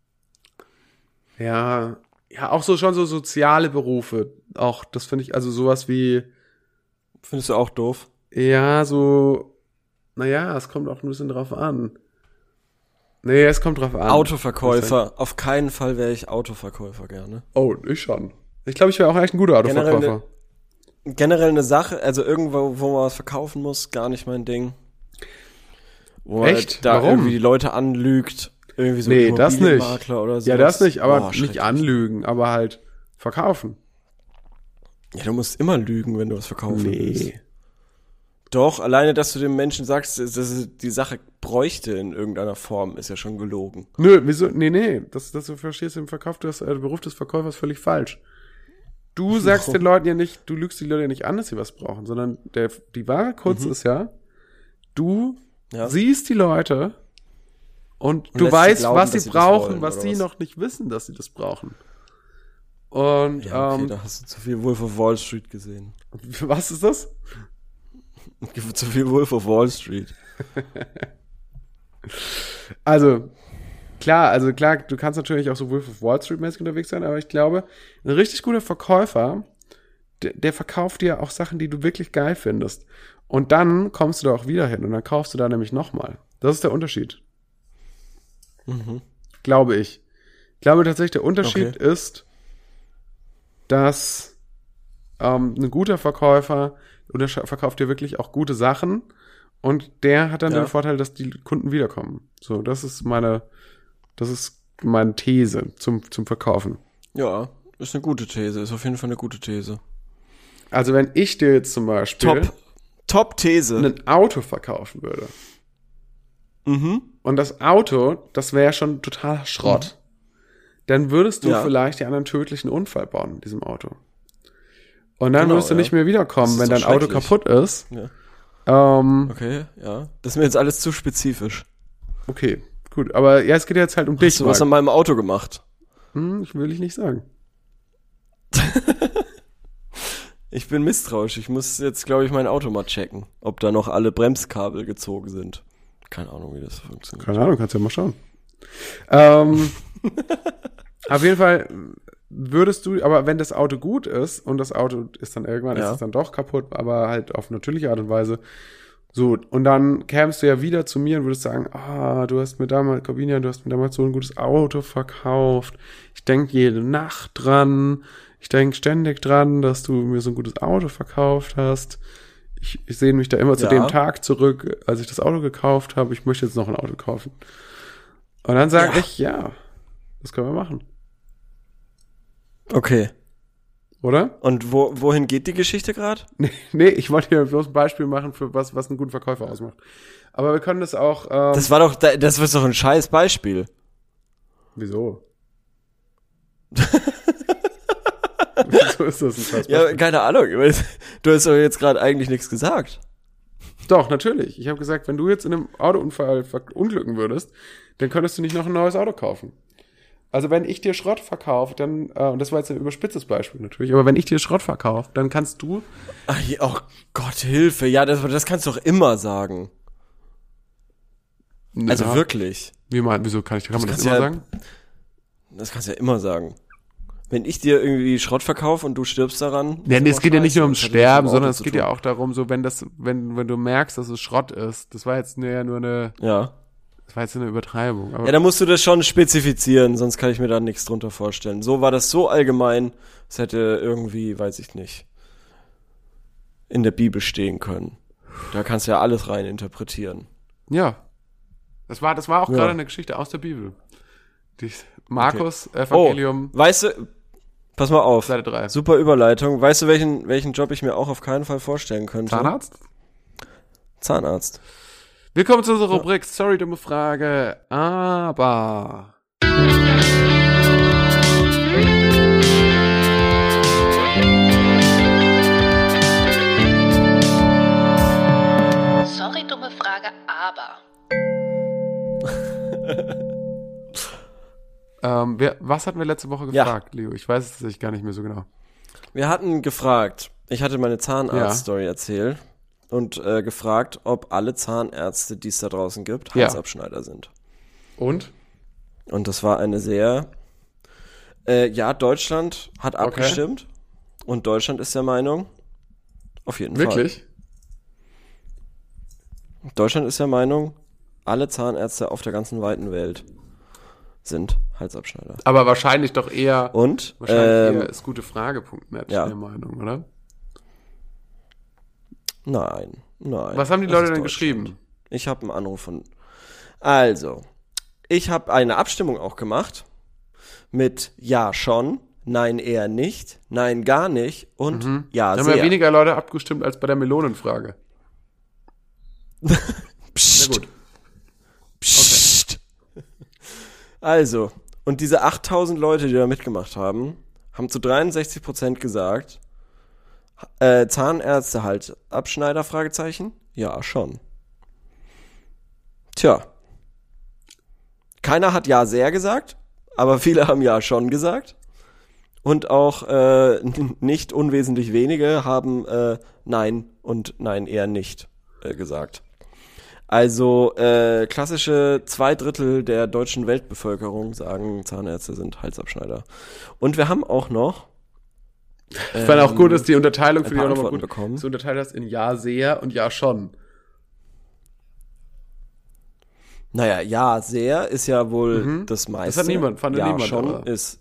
ja, auch so schon so soziale Berufe. Auch, das finde ich, also sowas wie, Findest du auch doof? ja, so, naja, es kommt auch ein bisschen drauf an. Nee, es kommt drauf an. Autoverkäufer. Auf keinen Fall wäre ich Autoverkäufer gerne. Oh, ich schon. Ich glaube, ich wäre auch echt ein guter Autoverkäufer. Generell eine Sache, also irgendwo, wo man was verkaufen muss, gar nicht mein Ding. Wo man Echt? da Warum? irgendwie die Leute anlügt. Irgendwie so Nee, das nicht. Immobilienmakler oder so. Ja, das nicht, aber Boah, nicht schrecklich. anlügen, aber halt verkaufen. Ja, du musst immer lügen, wenn du was verkaufen willst. Nee. Doch, alleine, dass du dem Menschen sagst, dass es die Sache bräuchte in irgendeiner Form, ist ja schon gelogen. Nö, wieso? Nee. Das du verstehst im Verkauf, der Beruf des Verkäufers völlig falsch. Du sagst den Leuten ja nicht, du lügst die Leute ja nicht an, dass sie was brauchen, sondern die wahre Kunst ist ja, du Ja. siehst die Leute und du lässt sie weißt, glauben, was sie dass sie das brauchen, wollen, was oder sie was? noch nicht wissen, dass sie das brauchen. Und Ja, okay, da hast du zu viel Wolf of Wall Street gesehen. was ist das? Zu viel Wolf of Wall Street. Also klar, du kannst natürlich auch so Wolf of Wall Street mäßig unterwegs sein, aber ich glaube, ein richtig guter Verkäufer, der verkauft dir auch Sachen, die du wirklich geil findest. Und dann kommst du da auch wieder hin und dann kaufst du da nämlich nochmal. Das ist der Unterschied. Glaube ich. Ich glaube tatsächlich, der Unterschied ist, dass ein guter Verkäufer verkauft dir wirklich auch gute Sachen und der hat dann den Vorteil, dass die Kunden wiederkommen. So, das ist meine These zum Verkaufen. Ja, ist eine gute These, ist auf jeden Fall eine gute These. Also wenn ich dir jetzt zum Beispiel Top-These. ein Auto verkaufen würde und das Auto, das wäre schon total Schrott, dann würdest du vielleicht dir einen tödlichen Unfall bauen in diesem Auto. Und dann würdest du nicht mehr wiederkommen, wenn dein Auto kaputt ist. Ja. Okay, ja. Das ist mir jetzt alles zu spezifisch. Okay, gut. Aber ja, es geht jetzt halt um dich. Hast du was an meinem Auto gemacht? Ich will nicht sagen. Ich bin misstrauisch. Ich muss jetzt, glaube ich, mein Auto mal checken, ob da noch alle Bremskabel gezogen sind. Keine Ahnung, wie das funktioniert. Keine Ahnung, kannst ja mal schauen. Auf jeden Fall würdest du, aber wenn das Auto gut ist und das Auto ist dann irgendwann, ist es dann doch kaputt, aber halt auf natürliche Art und Weise. So, und dann kämst du ja wieder zu mir und würdest sagen, du hast mir damals, Corbinian, du hast mir damals so ein gutes Auto verkauft. Ich denke jede Nacht dran. Ich denke ständig dran, dass du mir so ein gutes Auto verkauft hast. Ich sehne mich da immer zu dem Tag zurück, als ich das Auto gekauft habe. Ich möchte jetzt noch ein Auto kaufen. Und dann sage ich, das können wir machen. Okay. Oder? Und wohin geht die Geschichte gerade? Nee, ich wollte hier bloß ein Beispiel machen für was einen guten Verkäufer ausmacht. Aber wir können das auch... das war doch ein scheiß Beispiel. Wieso? Wieso ist das ein scheiß Beispiel? Ja, keine Ahnung. Du hast doch jetzt gerade eigentlich nichts gesagt. Doch, natürlich. Ich habe gesagt, wenn du jetzt in einem Autounfall verunglücken würdest, dann könntest du nicht noch ein neues Auto kaufen. Also wenn ich dir Schrott verkaufe, dann, und das war jetzt ein überspitztes Beispiel natürlich, aber wenn ich dir Schrott verkaufe, dann kannst du... Oh Gott, Hilfe. Ja, das kannst du doch immer sagen. Also wirklich. Wieso kann man das immer sagen? Das kannst du ja immer sagen. Wenn ich dir irgendwie Schrott verkaufe und du stirbst daran... Ja, nee, es geht ja nicht nur ums Sterben, sondern es geht ja auch darum, so wenn du merkst, dass es Schrott ist, das war jetzt nur eine... Ja. Das war jetzt eine Übertreibung. Aber ja, da musst du das schon spezifizieren, sonst kann ich mir da nichts drunter vorstellen. So war das so allgemein, es hätte irgendwie, weiß ich nicht, in der Bibel stehen können. Da kannst du ja alles rein interpretieren. Ja. Das war auch gerade eine Geschichte aus der Bibel. Die Markus Evangelium. Weißt du, pass mal auf. Seite 3. Super Überleitung. Weißt du, welchen Job ich mir auch auf keinen Fall vorstellen könnte? Zahnarzt. Wir kommen zu unserer Rubrik Sorry, dumme Frage, aber... Sorry, dumme Frage, aber... Was hatten wir letzte Woche gefragt, Leo? Ich weiß es gar nicht mehr so genau. Wir hatten gefragt, ich hatte meine Zahnarzt-Story erzählt. Und gefragt, ob alle Zahnärzte, die es da draußen gibt, Halsabschneider sind. Und? Und das war eine sehr... Deutschland hat abgestimmt. Und Deutschland ist der Meinung, auf jeden Fall. Wirklich? Deutschland ist der Meinung, alle Zahnärzte auf der ganzen weiten Welt sind Halsabschneider. Aber wahrscheinlich doch eher... Und? Wahrscheinlich eher ist gutefrage.net der Meinung, oder? Nein. Was haben die Leute denn geschrieben? Ich habe einen Anruf von... Also, ich habe eine Abstimmung auch gemacht mit Ja schon, Nein eher nicht, Nein gar nicht und Ja da sehr. haben ja weniger Leute abgestimmt als bei der Melonenfrage. Psst. Na gut. Psst. Okay. Also, und diese 8000 Leute, die da mitgemacht haben, haben zu 63% gesagt... Zahnärzte halt Abschneider, Fragezeichen? Ja, schon. Tja. Keiner hat ja sehr gesagt, aber viele haben ja schon gesagt. Und auch nicht unwesentlich wenige haben nein und nein eher nicht gesagt. Also klassische 2/3 der deutschen Weltbevölkerung sagen, Zahnärzte sind Halsabschneider. Und wir haben auch noch ich fand auch gut, dass die Unterteilung für die auch nochmal gut bekommen. So unterteilt hast in Ja sehr und Ja schon. Naja, Ja sehr ist ja wohl das meiste. Das hat fand ja, niemand. Schon aber. ist.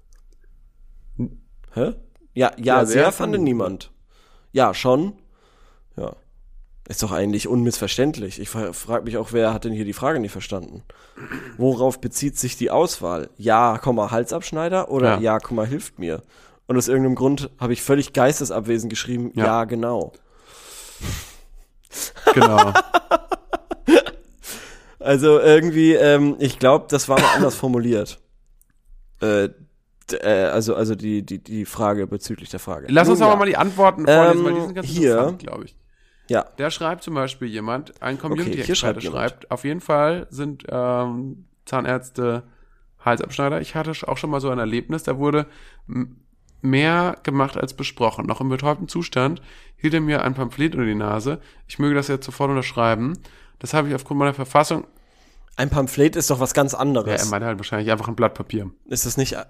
Hä? Ja sehr fand niemand. Ja, schon. Ja. Ist doch eigentlich unmissverständlich. Ich frage mich auch, wer hat denn hier die Frage nicht verstanden? Worauf bezieht sich die Auswahl? Ja, Halsabschneider oder Ja, hilft mir? Und aus irgendeinem Grund habe ich völlig geistesabwesend geschrieben, ja genau. Genau. Also irgendwie, ich glaube, das war mal anders formuliert. Also die Frage bezüglich der Frage. Lass uns Nun, aber mal die Antworten vorlesen, weil die sind ganz hier, interessant, glaube ich. Ja. Da schreibt zum Beispiel jemand, ein hier Community-Experte schreibt, auf jeden Fall sind Zahnärzte Halsabschneider. Ich hatte auch schon mal so ein Erlebnis, da wurde mehr gemacht als besprochen. Noch im betäubten Zustand hielt er mir ein Pamphlet unter die Nase. Ich möge das jetzt sofort unterschreiben. Das habe ich aufgrund meiner Verfassung... Ein Pamphlet ist doch was ganz anderes. Ja, er meinte halt wahrscheinlich einfach ein Blatt Papier. Ist das nicht...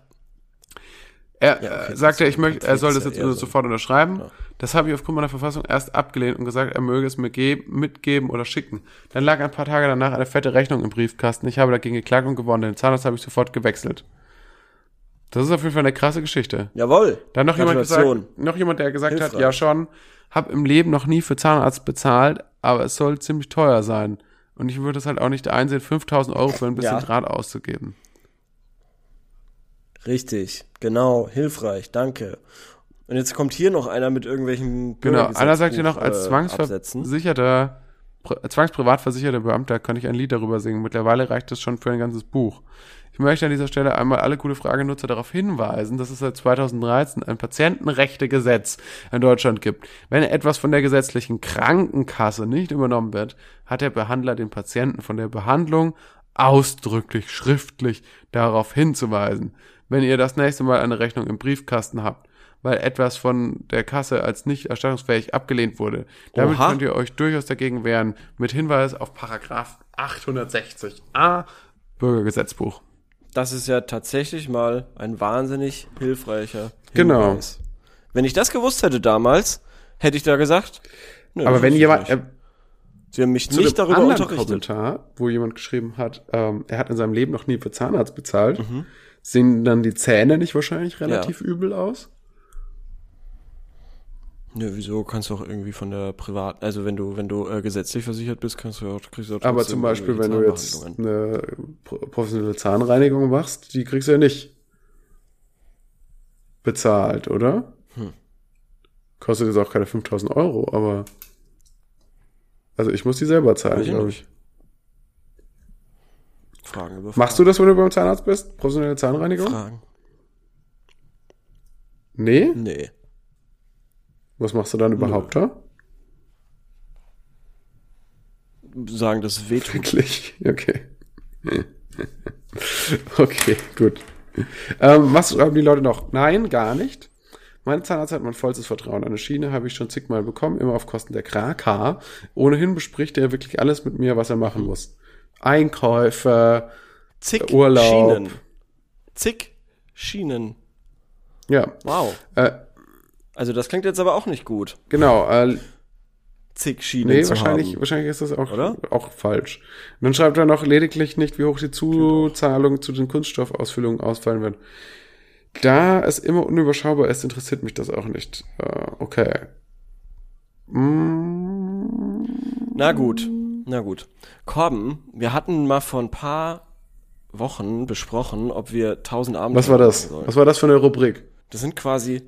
Er sagte, er soll das ja jetzt eher sofort unterschreiben. Ja. Das habe ich aufgrund meiner Verfassung erst abgelehnt und gesagt, er möge es mir mitgeben oder schicken. Dann lag ein paar Tage danach eine fette Rechnung im Briefkasten. Ich habe dagegen geklagt und gewonnen. Den Zahnarzt habe ich sofort gewechselt. Das ist auf jeden Fall eine krasse Geschichte. Jawohl. Dann noch jemand, der gesagt hat, ja schon, hab im Leben noch nie für Zahnarzt bezahlt, aber es soll ziemlich teuer sein. Und ich würde es halt auch nicht einsehen, 5.000 Euro für ein bisschen Draht auszugeben. Richtig, genau, hilfreich, danke. Und jetzt kommt hier noch einer mit irgendwelchen Genau, einer sagt hier noch, als Absätzen. zwangsprivatversicherter Beamter kann ich ein Lied darüber singen. Mittlerweile reicht das schon für ein ganzes Buch. Ich möchte an dieser Stelle einmal alle gute Fragenutzer darauf hinweisen, dass es seit 2013 ein Patientenrechtegesetz in Deutschland gibt. Wenn etwas von der gesetzlichen Krankenkasse nicht übernommen wird, hat der Behandler den Patienten von der Behandlung ausdrücklich schriftlich darauf hinzuweisen. Wenn ihr das nächste Mal eine Rechnung im Briefkasten habt, weil etwas von der Kasse als nicht erstattungsfähig abgelehnt wurde, damit könnt ihr euch durchaus dagegen wehren, mit Hinweis auf Paragraph 860a Bürgergesetzbuch. Das ist ja tatsächlich mal ein wahnsinnig hilfreicher Hinweis. Genau. Wenn ich das gewusst hätte damals, hätte ich da gesagt, nö, aber wenn jemand... Sie haben mich zu nicht dem darüber anderen unterrichtet. Kommentar, wo jemand geschrieben hat, er hat in seinem Leben noch nie für Zahnarzt bezahlt, sehen dann die Zähne nicht wahrscheinlich relativ übel aus? Nö, wieso kannst du auch irgendwie von der privaten, also wenn du gesetzlich versichert bist, kriegst du auch trotzdem Aber zum Beispiel, wenn du jetzt eine professionelle Zahnreinigung machst, die kriegst du ja nicht bezahlt, oder? Kostet jetzt auch keine 5.000 Euro, aber also ich muss die selber zahlen, glaube ich. Fragen über Fragen. Machst du das, wenn du beim Zahnarzt bist? Professionelle Zahnreinigung? Fragen? Nee? Nee. Was machst du dann überhaupt da? Sagen, dass es wehtut. Wirklich? Okay. Okay, gut. Was schreiben die Leute noch? Nein, gar nicht. Mein Zahnarzt hat mein vollstes Vertrauen. Eine Schiene habe ich schon zigmal bekommen, immer auf Kosten der KK. Ohnehin bespricht er wirklich alles mit mir, was er machen muss. Einkäufe, Zig Urlaub. Schienen. Zig Schienen. Ja. Wow. Also das klingt jetzt aber auch nicht gut. Genau. Zig Schienen Nee, zu wahrscheinlich ist das auch falsch. Und dann schreibt er noch lediglich nicht, wie hoch die Zuzahlung zu den Kunststoffausfüllungen ausfallen wird. Da es immer unüberschaubar ist, interessiert mich das auch nicht. Okay. Na gut. Korben, wir hatten mal vor ein paar Wochen besprochen, ob wir 1000 Abende... Was war das? Was war das für eine Rubrik? Das sind quasi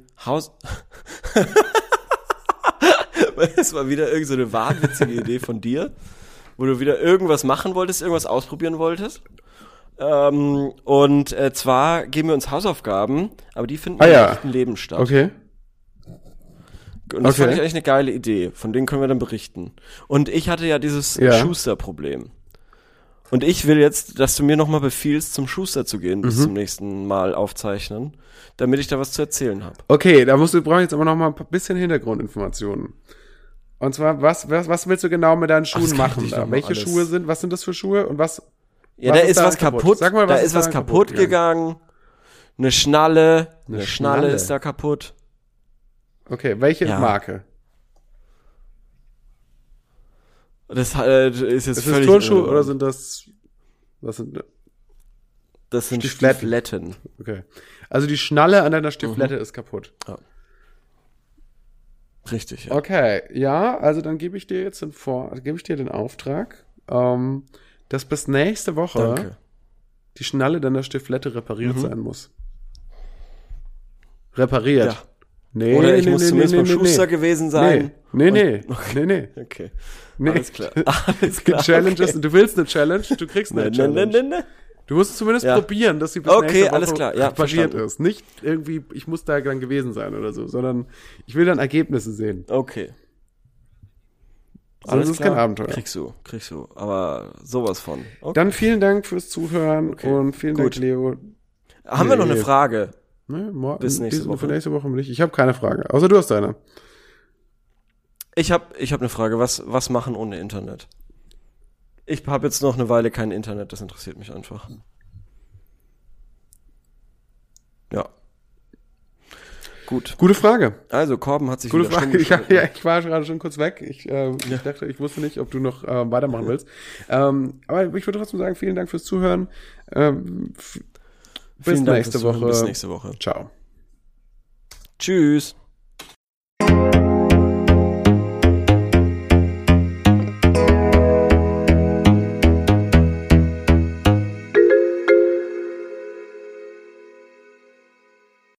Das war wieder irgend so eine wahnwitzige Idee von dir, wo du wieder irgendwas machen wolltest, irgendwas ausprobieren wolltest. Und zwar geben wir uns Hausaufgaben, aber die finden im echten Leben statt. Okay. Und das fand ich eigentlich eine geile Idee. Von denen können wir dann berichten. Und ich hatte ja dieses Schuster-Problem. Und ich will jetzt, dass du mir nochmal befiehlst, zum Schuster zu gehen, bis zum nächsten Mal aufzeichnen, damit ich da was zu erzählen habe. Okay, brauche ich jetzt aber noch mal ein bisschen Hintergrundinformationen. Und zwar, was willst du genau mit deinen Schuhen machen da? Welche Schuhe was sind das für Schuhe und was? Ja, da ist was kaputt. Sag mal, da ist was kaputt gegangen. Eine Schnalle ist da kaputt. Okay, welche Marke? Das ist jetzt völlig... Turnschuhe oder sind das... Was sind das? Sind Stiefeletten. Okay. Also die Schnalle an deiner Stiflette ist kaputt. Ja. Richtig, ja. Okay, ja, also dann gebe ich dir jetzt den Auftrag, dass bis nächste Woche die Schnalle deiner Stiflette repariert sein muss. repariert. Ja. Nee, Oder ich muss zumindest beim Schuster gewesen sein. Nee. Okay. Nee. Alles klar. Alles klar. Challenges, okay. Du willst eine Challenge, du kriegst eine Challenge. Nee. Du musst es zumindest Ja. probieren, dass sie bis Okay, nächste Woche alles klar. Ja, repariert verstanden. ist. Nicht irgendwie, ich muss da dann gewesen sein oder so, sondern ich will dann Ergebnisse sehen. Okay. Sonst ist es kein Abenteuer. Kriegst du. Aber sowas von. Okay. Dann vielen Dank fürs Zuhören und vielen Gut. Dank, Leo. Haben wir noch eine Frage? Ne, Bis nächste Woche. Für nächste Woche nicht. Ich habe keine Frage, außer du hast eine. Ich hab eine Frage. Was machen ohne Internet? Ich habe jetzt noch eine Weile kein Internet, das interessiert mich einfach. Ja. Gut. Gute Frage. Also, Korben hat sich Gute wieder Frage. stumm Ich war gerade schon kurz weg. Ich dachte, ich wusste nicht, ob du noch weitermachen willst. Aber ich würde trotzdem sagen, vielen Dank fürs Zuhören. Bis Vielen Dank nächste fürs Zuhören. Woche. Bis nächste Woche. Ciao. Tschüss.